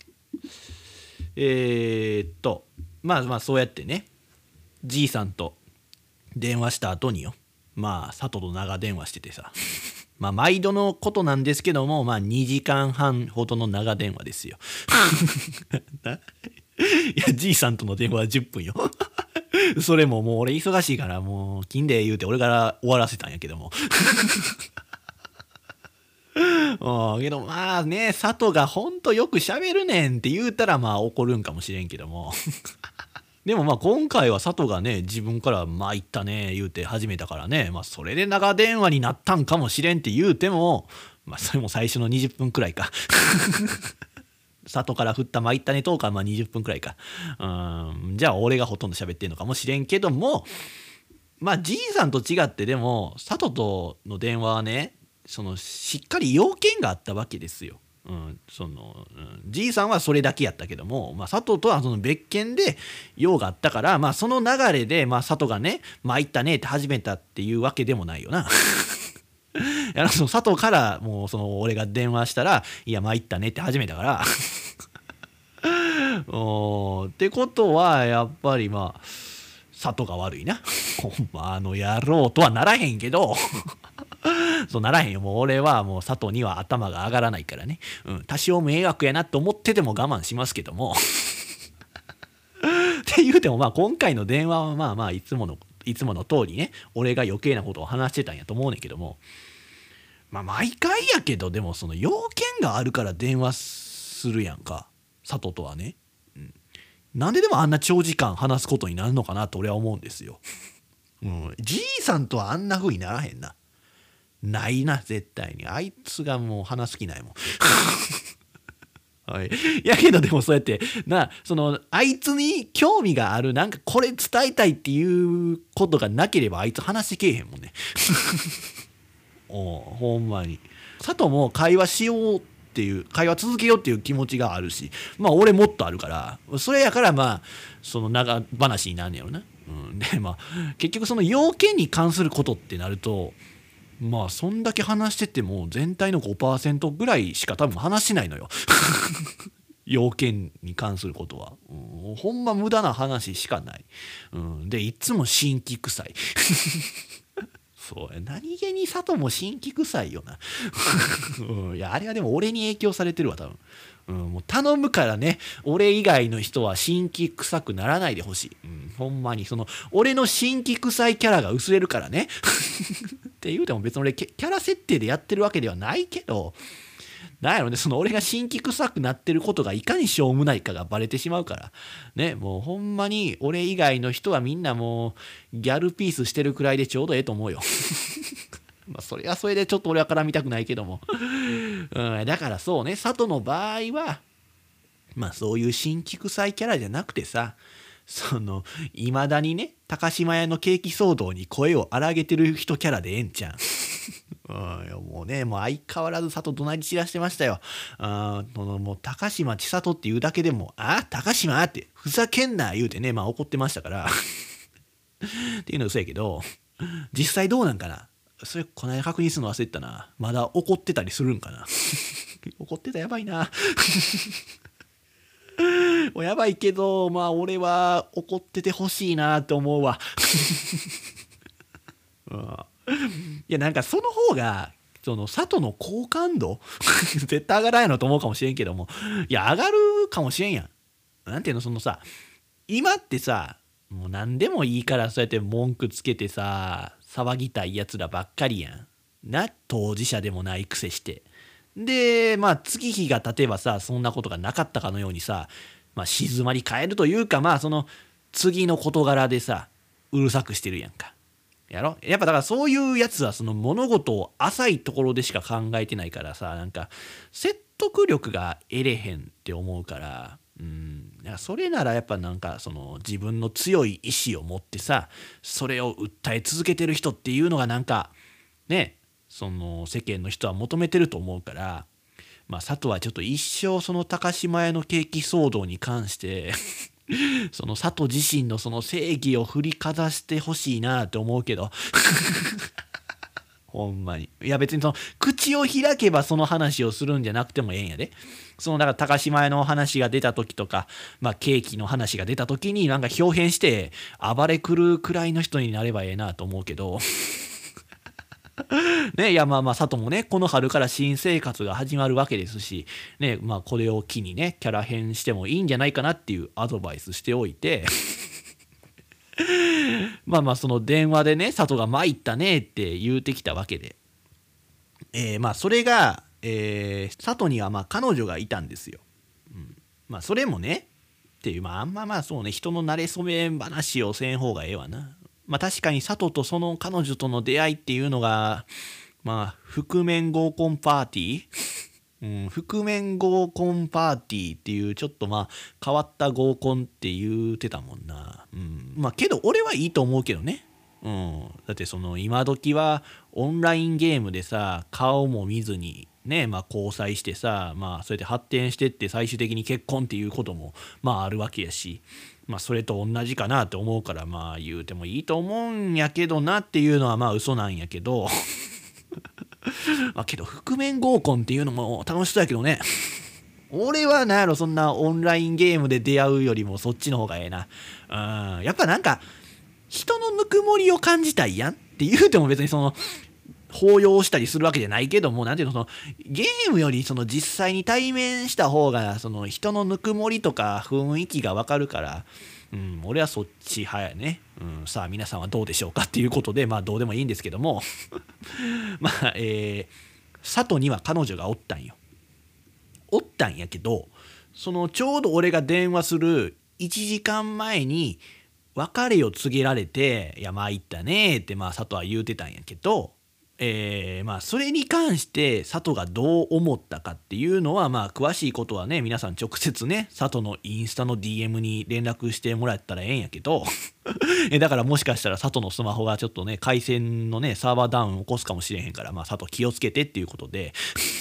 えー、っとまあまあそうやってねじいさんと電話した後によまあ佐藤と長電話しててさまあ毎度のことなんですけどもまあにじかんはんほどの長電話ですよいやじいさんとの電話はじゅっぷんよそれももう俺忙しいからもう金で言うて俺から終わらせたんやけどもけどまあね佐藤がほんとよく喋るねんって言うたらまあ怒るんかもしれんけどもでもまあ今回は佐藤がね自分から「まあ言ったね」言うて始めたからねまあそれで長電話になったんかもしれんって言うてもまあそれも最初のにじゅっぷんくらいか佐藤から振った「まあ言ったね」トークはまあにじゅっぷんくらいかうんじゃあ俺がほとんど喋ってんのかもしれんけどもまあじいさんと違ってでも佐藤との電話はねそのしっかり要件があったわけですよ。うん、その、うん、じいさんはそれだけやったけども、まあ、佐藤とはその別件で用があったから、まあ、その流れで、まあ、佐藤がね「まあ、行ったね」って始めたっていうわけでもないよな。いやその佐藤からもうその俺が電話したら「いやまあ行ったね」って始めたからおってことはやっぱりまあ佐藤が悪いな。ほんまあの野郎とはならへんけどそうならへんよもう俺はもう佐藤には頭が上がらないからね、うん、多少迷惑やなって思ってても我慢しますけどもって言うてもまあ今回の電話はまあまあいつものいつもの通りね俺が余計なことを話してたんやと思うねんけどもまあ毎回やけどでもその要件があるから電話するやんか佐藤とはね、うん、なんででもあんな長時間話すことになるのかなと俺は思うんですよ、うん、じいさんとはあんな風にならへんなないな絶対にあいつがもう話す気ないもんはい、やけどでもそうやってなそのあいつに興味があるなんかこれ伝えたいっていうことがなければあいつ話しけえへんもんねおほんまに佐藤も会話しようっていう会話続けようっていう気持ちがあるしまあ俺もっとあるからそれやからまあその長話になんねやろな、うん、でまあ結局その要件に関することってなるとまあそんだけ話してても全体の ごパーセント ぐらいしか多分話しないのよ要件に関することは、うん、ほんま無駄な話しかない、うん、でいつも新規臭いそうや何気に佐藤も新規臭いよな、うん、いやあれはでも俺に影響されてるわ多分、うん、もう頼むからね俺以外の人は新規臭くならないでほしい、うん、ほんまにその俺の新規臭いキャラが薄れるからねって言うても別に俺キャラ設定でやってるわけではないけどなんやろねその俺が新規臭くなってることがいかにしょうもないかがバレてしまうからねもうほんまに俺以外の人はみんなもうギャルピースしてるくらいでちょうどええと思うよまあそれはそれでちょっと俺は絡みたくないけども、うん、だからそうね佐藤の場合はまあそういう新規臭いキャラじゃなくてさそのいまだにね高島屋のケーキ騒動に声を荒げてる人キャラでええんちゃんうん、もうねもう相変わらず佐藤怒鳴り散らしてましたよ。あそのもう高島千里っていうだけでもあ高島ってふざけんな言うてねまあ怒ってましたからっていうのは嘘やけど実際どうなんかなそれこの間確認するの忘れてたなまだ怒ってたりするんかな怒ってたらやばいなもうやばいけどまあ俺は怒っててほしいなって思うわ、うん、いやなんかその方がその佐藤の好感度絶対上がらんやろと思うかもしれんけどもいや上がるかもしれんやんなんていうのそのさ今ってさもう何でもいいからそうやって文句つけてさ騒ぎたいやつらばっかりやんな当事者でもないくせしてでまあ月日が経てばさそんなことがなかったかのようにさ、まあ、静まり返るというかまあその次の事柄でさうるさくしてるやんかやろやっぱだからそういうやつはその物事を浅いところでしか考えてないからさなんか説得力が得れへんって思うから、ううん、だからそれならやっぱなんかその自分の強い意志を持ってさ、それを訴え続けてる人っていうのがなんかね、その世間の人は求めてると思うから、まあ佐藤はちょっと一生その高島屋のケーキ騒動に関してその佐藤自身のその正義を振りかざしてほしいなって思うけどほんまに。いや別にその口を開けばその話をするんじゃなくてもええんやで。そのだから高島屋の話が出た時とか、まあケーキの話が出た時になんか表変して暴れくるくらいの人になればええなと思うけどね、いやまあまあ佐藤もねこの春から新生活が始まるわけですし、ね、まあこれを機にねキャラ変してもいいんじゃないかなっていうアドバイスしておいてまあまあその電話でね佐藤が参ったねって言うてきたわけで、えー、まあそれが、えー、佐藤にはまあ彼女がいたんですよ。うん、まあそれもねっていう、まああんままあそうね、人の馴れ初め話をせん方がええわな。まあ確かに佐藤とその彼女との出会いっていうのがまあ覆面合コンパーティーうん、覆面合コンパーティーっていうちょっとまあ変わった合コンって言うてたもんな。うん、まあけど俺はいいと思うけどね。うん、だってその今時はオンラインゲームでさ顔も見ずにね、まあ、交際してさ、まあ、それで発展してって最終的に結婚っていうこともまああるわけやし、まあ、それと同じかなって思うからまあ言うてもいいと思うんやけどなっていうのはまあ嘘なんやけどまあけど覆面合コンっていうのも楽しそうやけどね。俺はなんやろそんなオンラインゲームで出会うよりもそっちの方がええな。うん、やっぱなんか人のぬくもりを感じたいやんって言うても別にその抱擁したりするわけじゃないけども、なんていうの、そのゲームよりその実際に対面した方がその人のぬくもりとか雰囲気がわかるから、うん、俺はそっち派やね。うん、さあ皆さんはどうでしょうかっていうことで、まあどうでもいいんですけどもまあ、えー、佐藤には彼女がおったんよ。おったんやけど、そのちょうど俺が電話するいちじかんまえに別れを告げられて、いや参ったねってまあ佐藤は言うてたんやけど、えー、まあそれに関して佐藤がどう思ったかっていうのはまあ詳しいことはね皆さん直接ね佐藤のインスタの ディーエム に連絡してもらったらええんやけどえだからもしかしたら佐藤のスマホがちょっとね回線のねサーバーダウンを起こすかもしれへんからまあ佐藤気をつけてっていうことで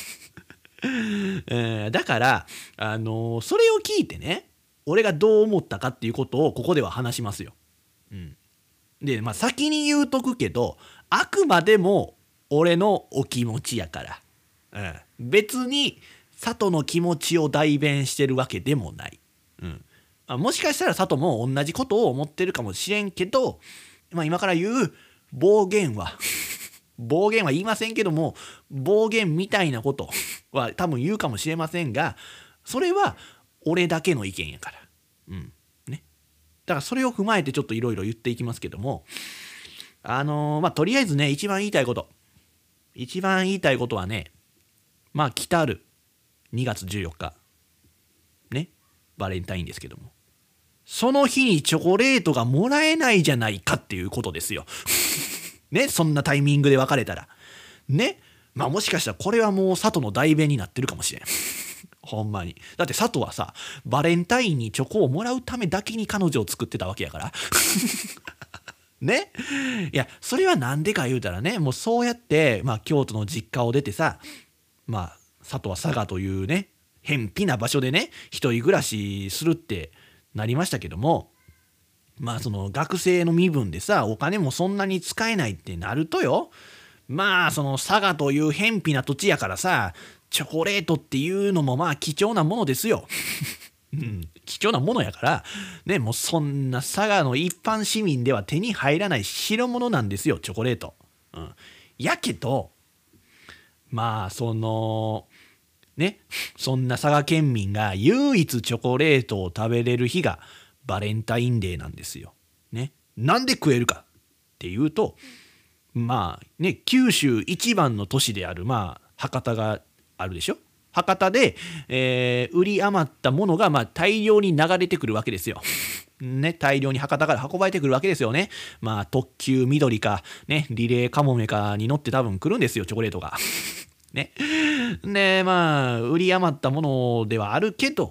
えー、だからあのー、それを聞いてね俺がどう思ったかっていうことをここでは話しますよ。うん、でまあ先に言うとくけどあくまでも俺のお気持ちやから、うん、別に佐藤の気持ちを代弁してるわけでもない、うんまあ、もしかしたら佐藤も同じことを思ってるかもしれんけど、まあ、今から言う暴言は暴言は言いませんけども暴言みたいなことは多分言うかもしれませんがそれは俺だけの意見やから、うんね、だからそれを踏まえてちょっといろいろ言っていきますけどもあのー、まあとりあえずね一番言いたいこと一番言いたいことはねまあ来たるにがつじゅうよっかねバレンタインですけどもその日にチョコレートがもらえないじゃないかっていうことですよねそんなタイミングで別れたらねまあもしかしたらこれはもう佐藤の代弁になってるかもしれんほんまにだって佐藤はさバレンタインにチョコをもらうためだけに彼女を作ってたわけやからねいやそれはなんでか言うたらねもうそうやって、まあ、京都の実家を出てさまあ佐藤は佐賀というね偏僻な場所でね一人暮らしするってなりましたけどもまあその学生の身分でさお金もそんなに使えないってなるとよまあその佐賀という偏僻な土地やからさチョコレートっていうのもまあ貴重なものですようん、貴重なものやからねもうそんな佐賀の一般市民では手に入らない代物なんですよチョコレート、うん、やけどまあそのねそんな佐賀県民が唯一チョコレートを食べれる日がバレンタインデーなんですよ、ね、なんで食えるかっていうとまあね九州一番の都市であるまあ博多があるでしょ博多で、えー、売り余ったものが、まあ、大量に流れてくるわけですよ。ね、大量に博多から運ばれてくるわけですよね。まあ特急緑か、ね、リレーカモメかに乗って多分来るんですよチョコレートが。ね、でまあ売り余ったものではあるけど、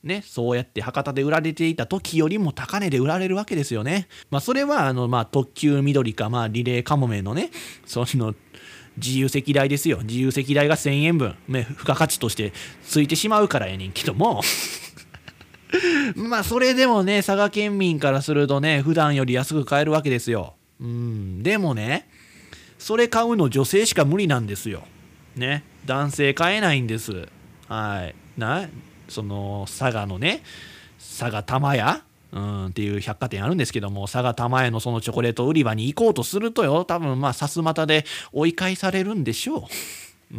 ね、そうやって博多で売られていた時よりも高値で売られるわけですよね。まあそれはあのまあ特急緑かまあリレーかもめのね、その自由席代ですよ。自由席代がせんえんぶん、ね、付加価値としてついてしまうからやねんけどもまあそれでもね、佐賀県民からするとね、普段より安く買えるわけですよ。うん、でもね、それ買うの女性しか無理なんですよ。ね、男性買えないんです。はい。な、その佐賀のね、佐賀玉屋、うん、っていう百貨店あるんですけども、佐賀玉屋のそのチョコレート売り場に行こうとするとよ、多分まあさすまたで追い返されるんでしょう。うん、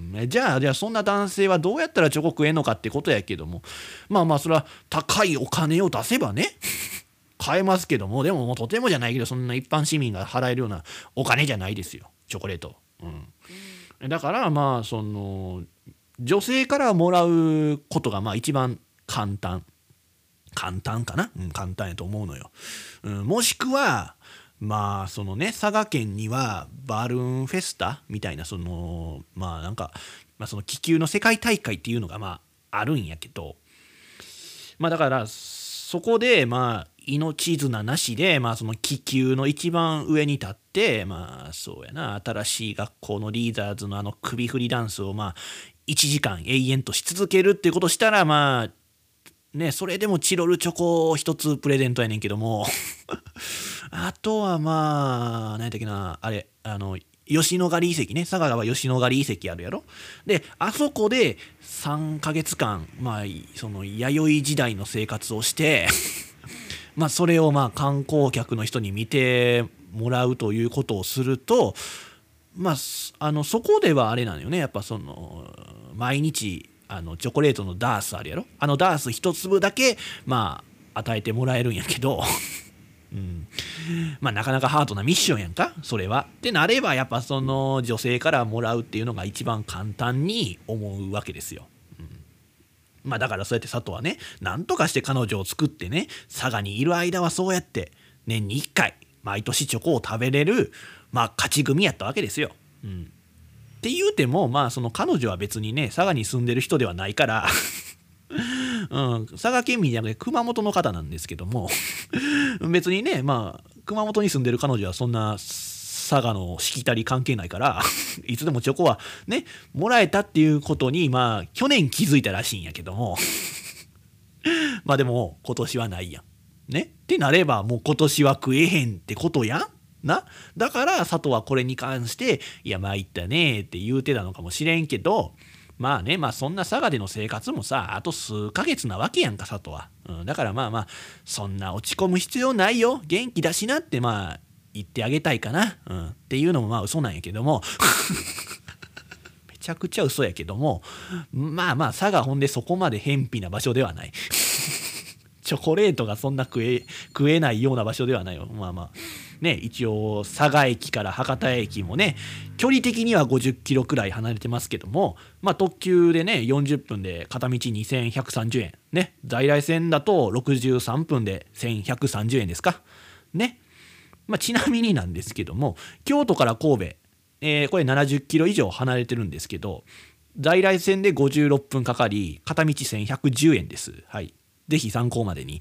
じゃあじゃあそんな男性はどうやったらチョコ食えんのかってことやけども、まあまあそれは高いお金を出せばね買えますけども、でももうとてもじゃないけど、そんな一般市民が払えるようなお金じゃないですよ、チョコレート。うん、だからまあその女性からもらうことがまあ一番簡単簡単かな、うん、簡単やと思うのよ。うん、もしくはまあそのね、佐賀県にはバルーンフェスタみたいなそのまあなんか、まあ、その気球の世界大会っていうのがまああるんやけど、まあだからそこでまあ命綱なしでまあその気球の一番上に立って、まあそうやな、新しい学校のリーダーズのあの首振りダンスをまあいちじかん永遠とし続けるっていうことしたら、まあね、それでもチロルチョコ一つプレゼントやねんけどもあとはまあ何やったっけな、あれあの吉野ヶ里遺跡ね、佐賀は吉野ヶ里遺跡あるやろ。であそこでさんかげつかんまあその弥生時代の生活をしてまあそれをまあ観光客の人に見てもらうということをすると、まああのそこではあれなのよね、やっぱその毎日あのチョコレートのダースあるやろ、あのダース一粒だけまあ与えてもらえるんやけどうん、まあなかなかハードなミッションやんかそれは。ってなればやっぱその女性からもらうっていうのが一番簡単に思うわけですよ。うん、まあだからそうやって佐藤はね、なんとかして彼女を作ってね、佐賀にいる間はそうやって年にいっかい毎年チョコを食べれるまあ勝ち組やったわけですよ。うん、って言うてもまあその彼女は別にね佐賀に住んでる人ではないからうん、佐賀県民じゃなくて熊本の方なんですけども別にねまあ熊本に住んでる彼女はそんな佐賀のしきたり関係ないからいつでもチョコはねもらえたっていうことにまあ去年気づいたらしいんやけどもまあでも今年はないやんねってなればもう今年は食えへんってことやんな。だから佐藤はこれに関していや参ったねって言うてたのかもしれんけど、まあね、まあそんな佐賀での生活もさあと数ヶ月なわけやんか佐藤は、うん、だからまあまあそんな落ち込む必要ないよ元気だしなってまあ言ってあげたいかな、うん、っていうのもまあ嘘なんやけどもめちゃくちゃ嘘やけども、まあまあ佐賀ほんでそこまで偏僻な場所ではないチョコレートがそんな食え食えないような場所ではないよ。まあまあね、一応佐賀駅から博多駅もね距離的にはごじゅっキロくらい離れてますけども、まあ特急でねよんじゅっぷんで片道にせんひゃくさんじゅうえんね、在来線だとろくじゅうさんぷんでせんひゃくさんじゅうえんですかね。まあちなみになんですけども京都から神戸、えー、これななじゅっキロ以上離れてるんですけど在来線でごじゅうろっぷんかかり片道せんひゃくじゅうえんです。はい、ぜひ参考までに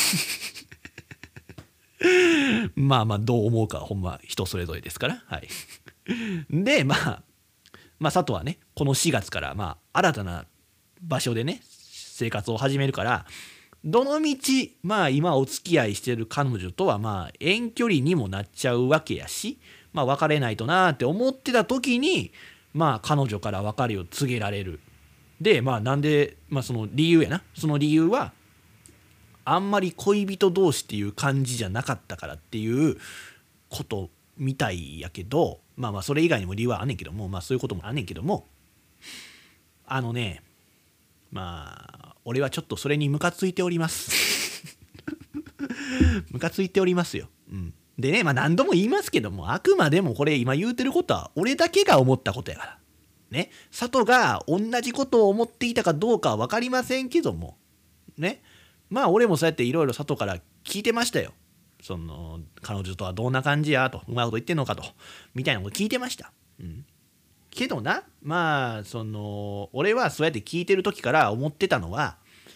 まあまあどう思うかほんま人それぞれですから。はいでまあまあ佐藤はねこのしがつからまあ新たな場所でね生活を始めるから、どのみちまあ今お付き合いしてる彼女とはまあ遠距離にもなっちゃうわけやし、まあ別れないとなーって思ってた時にまあ彼女から別れを告げられる。でまあなんでまあその理由やな、その理由はあんまり恋人同士っていう感じじゃなかったからっていうことみたいやけど、まあまあそれ以外にも理由はあんねんけども、まあそういうこともあんねんけども、あのねまあ俺はちょっとそれにムカついておりますムカついておりますよ。うん、でねまあ何度も言いますけども、あくまでもこれ今言うてることは俺だけが思ったことやからね。佐藤が同じことを思っていたかどうかは分かりませんけどもね、まあ俺もそうやっていろいろ佐藤から聞いてましたよ。その彼女とはどんな感じやと、うまいこと言ってんのかとみたいなこと聞いてました。うん、けどなまあその俺はそうやって聞いてる時から思ってたのは、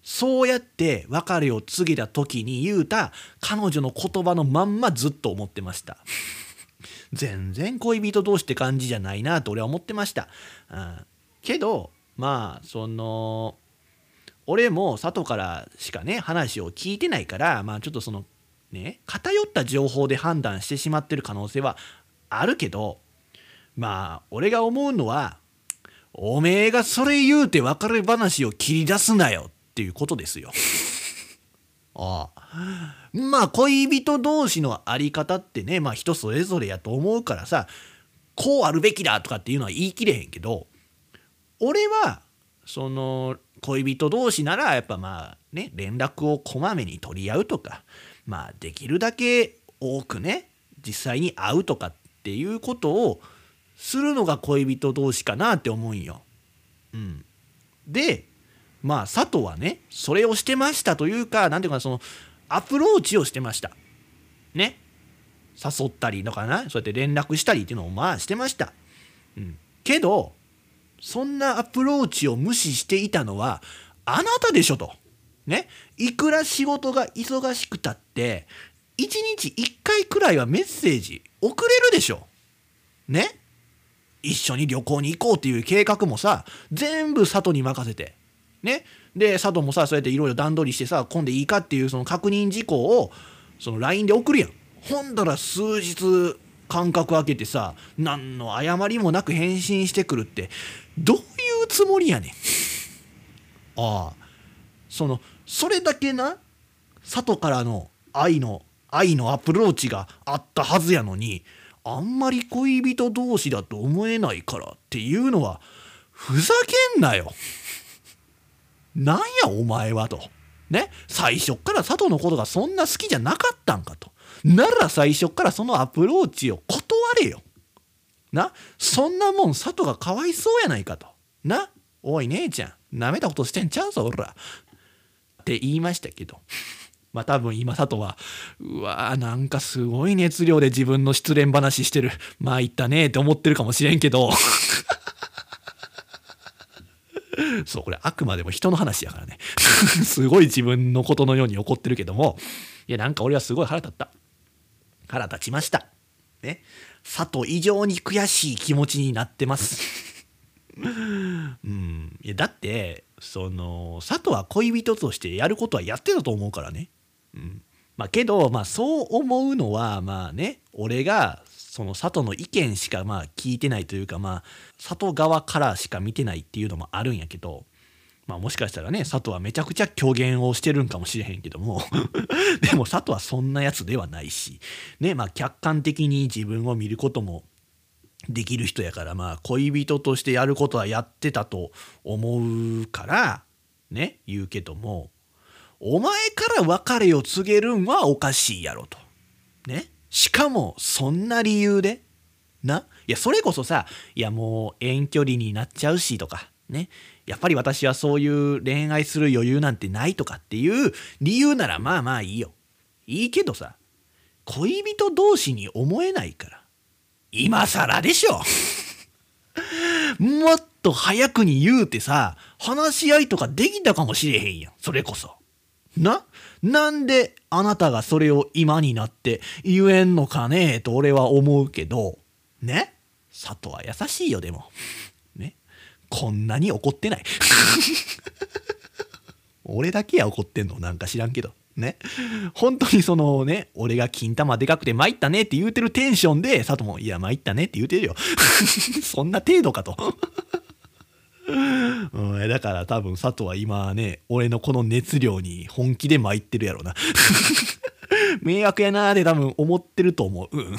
そうやって別れを告げた時に言うた彼女の言葉のまんまずっと思ってました。全然恋人同士って感じじゃないなと俺は思ってました。うん、けどまあその俺も佐藤からしかね話を聞いてないから、まあちょっとそのね偏った情報で判断してしまってる可能性はあるけど、まあ俺が思うのは、おめえがそれ言うて別れ話を切り出すなよっていうことですよ。ああ、まあ恋人同士のあり方ってね、まあ人それぞれやと思うからさ、こうあるべきだとかっていうのは言い切れへんけど、俺はその恋人同士ならやっぱまあね連絡をこまめに取り合うとか、まあできるだけ多くね実際に会うとかっていうことをするのが恋人同士かなって思うんよ。うん、でまあ佐藤はねそれをしてましたというか、なんていうかそのアプローチをしてましたね。誘ったりのかな、そうやって連絡したりっていうのをまあしてました。うん、けどそんなアプローチを無視していたのはあなたでしょと。ね、いくら仕事が忙しくたっていちにちいっかいくらいはメッセージ送れるでしょ。ね、一緒に旅行に行こうっていう計画もさ全部佐藤に任せてね、で佐藤もさそうやっていろいろ段取りしてさ今度いいかっていうその確認事項をその ライン で送るやん。ほんだら数日間隔空けてさ何の誤りもなく返信してくるってどういうつもりやねん。ああ、そのそれだけな佐藤からの愛の愛のアプローチがあったはずやのに、あんまり恋人同士だと思えないからっていうのはふざけんなよ。なんやお前はと。ね、最初っから佐藤のことがそんな好きじゃなかったんかと。なら最初っからそのアプローチを断れよ。な、そんなもん佐藤がかわいそうやないかと。な、おい姉ちゃん、なめたことしてんちゃうぞおら。って言いましたけど。まあ多分今佐藤は、うわーなんかすごい熱量で自分の失恋話してる。まあ言ったねって思ってるかもしれんけど。そう、これあくまでも人の話やからね。すごい自分のことのように怒ってるけども、いやなんか俺はすごい腹立った。腹立ちました。ね。佐藤以上に悔しい気持ちになってます。うん。いやだって、その、佐藤は恋人としてやることはやってたと思うからね。うん。まあけど、まあそう思うのは、まあね、俺が、その佐藤の意見しかまあ聞いてないというか、まあ佐藤側からしか見てないっていうのもあるんやけど、まあもしかしたらね佐藤はめちゃくちゃ狂言をしてるんかもしれへんけどもでも佐藤はそんなやつではないしね、まあ客観的に自分を見ることもできる人やから、まあ恋人としてやることはやってたと思うからね言うけども、お前から別れを告げるんはおかしいやろとね。しかもそんな理由でな、いやそれこそさ、いやもう遠距離になっちゃうしとかね、やっぱり私はそういう恋愛する余裕なんてないとかっていう理由ならまあまあいいよ、いいけどさ、恋人同士に思えないから今更でしょ。もっと早くに言うてさ話し合いとかできたかもしれへんやん。それこそな、なんであなたがそれを今になって言えんのかねと俺は思うけどね。佐藤は優しいよ。でもね、こんなに怒ってない。俺だけや怒ってんのなんか知らんけどね。本当にそのね、俺が金玉でかくて参ったねって言うてるテンションで佐藤もいや参ったねって言うてるよ。そんな程度かと。うん、だから多分佐藤は今ね俺のこの熱量に本気で参ってるやろな。迷惑やなーで多分思ってると思う。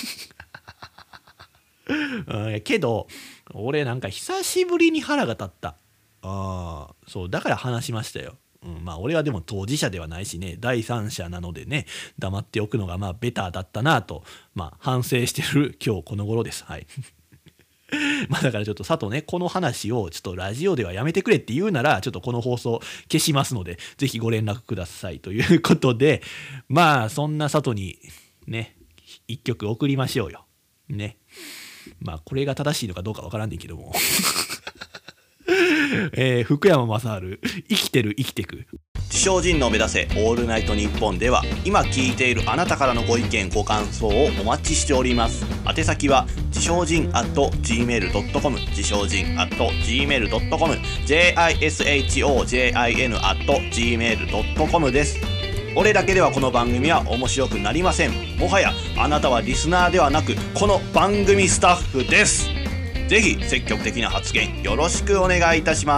うん、けど俺なんか久しぶりに腹が立った。ああそうだから話しましたよ。うん、まあ俺はでも当事者ではないしね第三者なのでね黙っておくのがまあベターだったなとまあ反省してる今日この頃です。はい。まあだからちょっと佐藤ねこの話をちょっとラジオではやめてくれって言うならちょっとこの放送消しますのでぜひご連絡くださいということで、まあそんな佐藤にね一曲送りましょうよね。まあこれが正しいのかどうかわからんねんけどもえー、福山雅治、生きてる生きてく。自称人の目指せオールナイトニッポンでは、今聞いているあなたからのご意見ご感想をお待ちしております。宛先は自称人 アットジーメールドットコム、 自称人 アットジーメールドットコム、 ジェイアイエスエイチオージェイアイエヌ アットジーメールドットコム です。俺だけではこの番組は面白くなりません。もはやあなたはリスナーではなく、この番組スタッフです。ぜひ積極的な発言よろしくお願いいたします。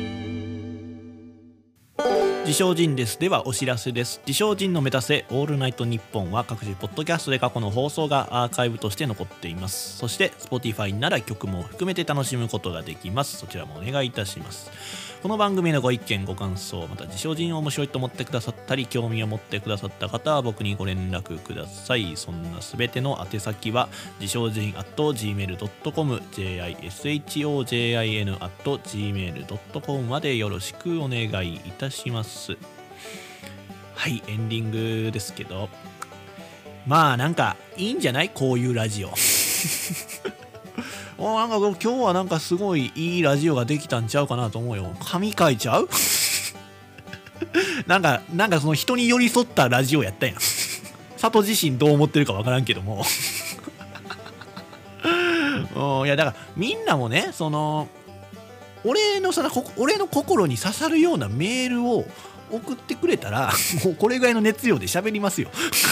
自称人です。ではお知らせです。自称人の目指せオールナイトニッポンは各種ポッドキャストで過去の放送がアーカイブとして残っています。そして Spotify なら曲も含めて楽しむことができます。そちらもお願いいたします。この番組のご意見ご感想、また自称人を面白いと思ってくださったり興味を持ってくださった方は僕にご連絡ください。そんなすべての宛先は自称人 アットジーメールドットコム、 ジェイアイエスエイチオージェイアイエヌ アットジーメールドットコム までよろしくお願いいたします。はい、エンディングですけど、まあなんかいいんじゃない、こういうラジオ。おなんか今日はなんかすごいいいラジオができたんちゃうかなと思うよ。神回ちゃう？なんかなんかその人に寄り添ったラジオやったやん。佐藤自身どう思ってるかわからんけども。いやだからみんなもね、その俺のその俺の心に刺さるようなメールを送ってくれたら、もうこれぐらいの熱量で喋りますよ。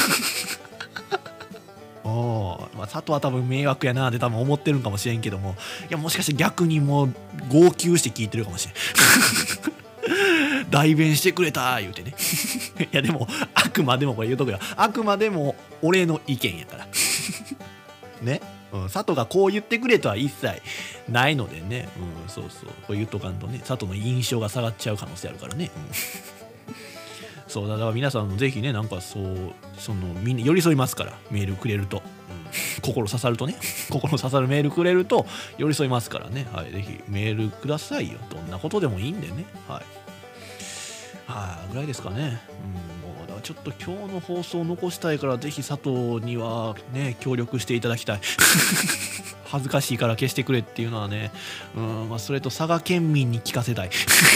おまあ、佐藤は多分迷惑やなって多分思ってるんかもしれんけども、いやもしかして逆にもう号泣して聞いてるかもしれん。代弁してくれた言うてね。いやでもあくまでもこれ言うとくよ、あくまでも俺の意見やからね、うん、佐藤がこう言ってくれとは一切ないのでね、うん、そうそうこう言っとかんとね、佐藤の印象が下がっちゃう可能性あるからね、うん、そうだから皆さんもぜひね、なんかそうそのみんな寄り添いますから、メールくれると、うん、心刺さるとね、心刺さるメールくれると寄り添いますからね、はい、ぜひメールくださいよ、どんなことでもいいんでね、はい、はあ、ぐらいですかね、うん、もうだからちょっと今日の放送を残したいから、ぜひ佐藤にはね協力していただきたい。恥ずかしいから消してくれっていうのはね、うん、まあ、それと佐賀県民に聞かせたい。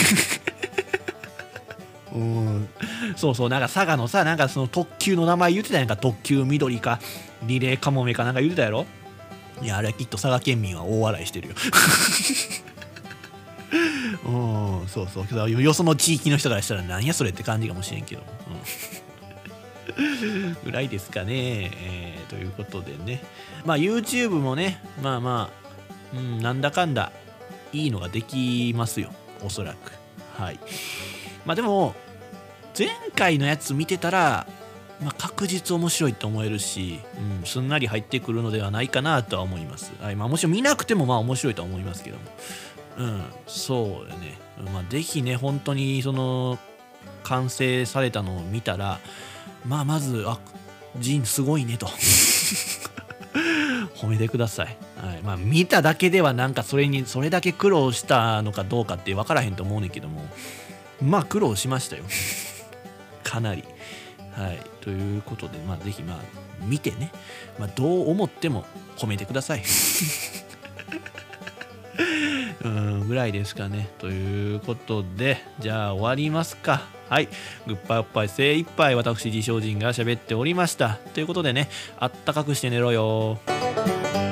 うん、そうそう、なんか佐賀のさ、なんかその特急の名前言ってたやんか、特急緑かリレーかもめかなんか言ってたやろ。いやあれはきっと佐賀県民は大笑いしてるよ。うん、そうそう、よその地域の人からしたらなんやそれって感じかもしれんけど、うん、ぐらいですかね、えー、ということでね、まあ YouTube もね、まあまあ、うん、なんだかんだいいのができますよ、おそらく。はい。まあでも前回のやつ見てたら、まあ、確実面白いと思えるし、うん、すんなり入ってくるのではないかなとは思います。はい、まあもちろん見なくてもまあ面白いとは思いますけども、うん、そうだね。まあぜひね、本当にその完成されたのを見たら、まあまずあジンすごいねと褒めてください。はい、まあ見ただけではなんかそれにそれだけ苦労したのかどうかって分からへんと思うねんけども、まあ苦労しましたよ。かなり。はい、ということで、まあぜひまあ見てね、まあ、どう思っても褒めてください。うんぐらいですかね。ということで、じゃあ終わりますか。はい、グッバイおっぱい精一杯私自称人が喋っておりました。ということでね、あったかくして寝ろよ。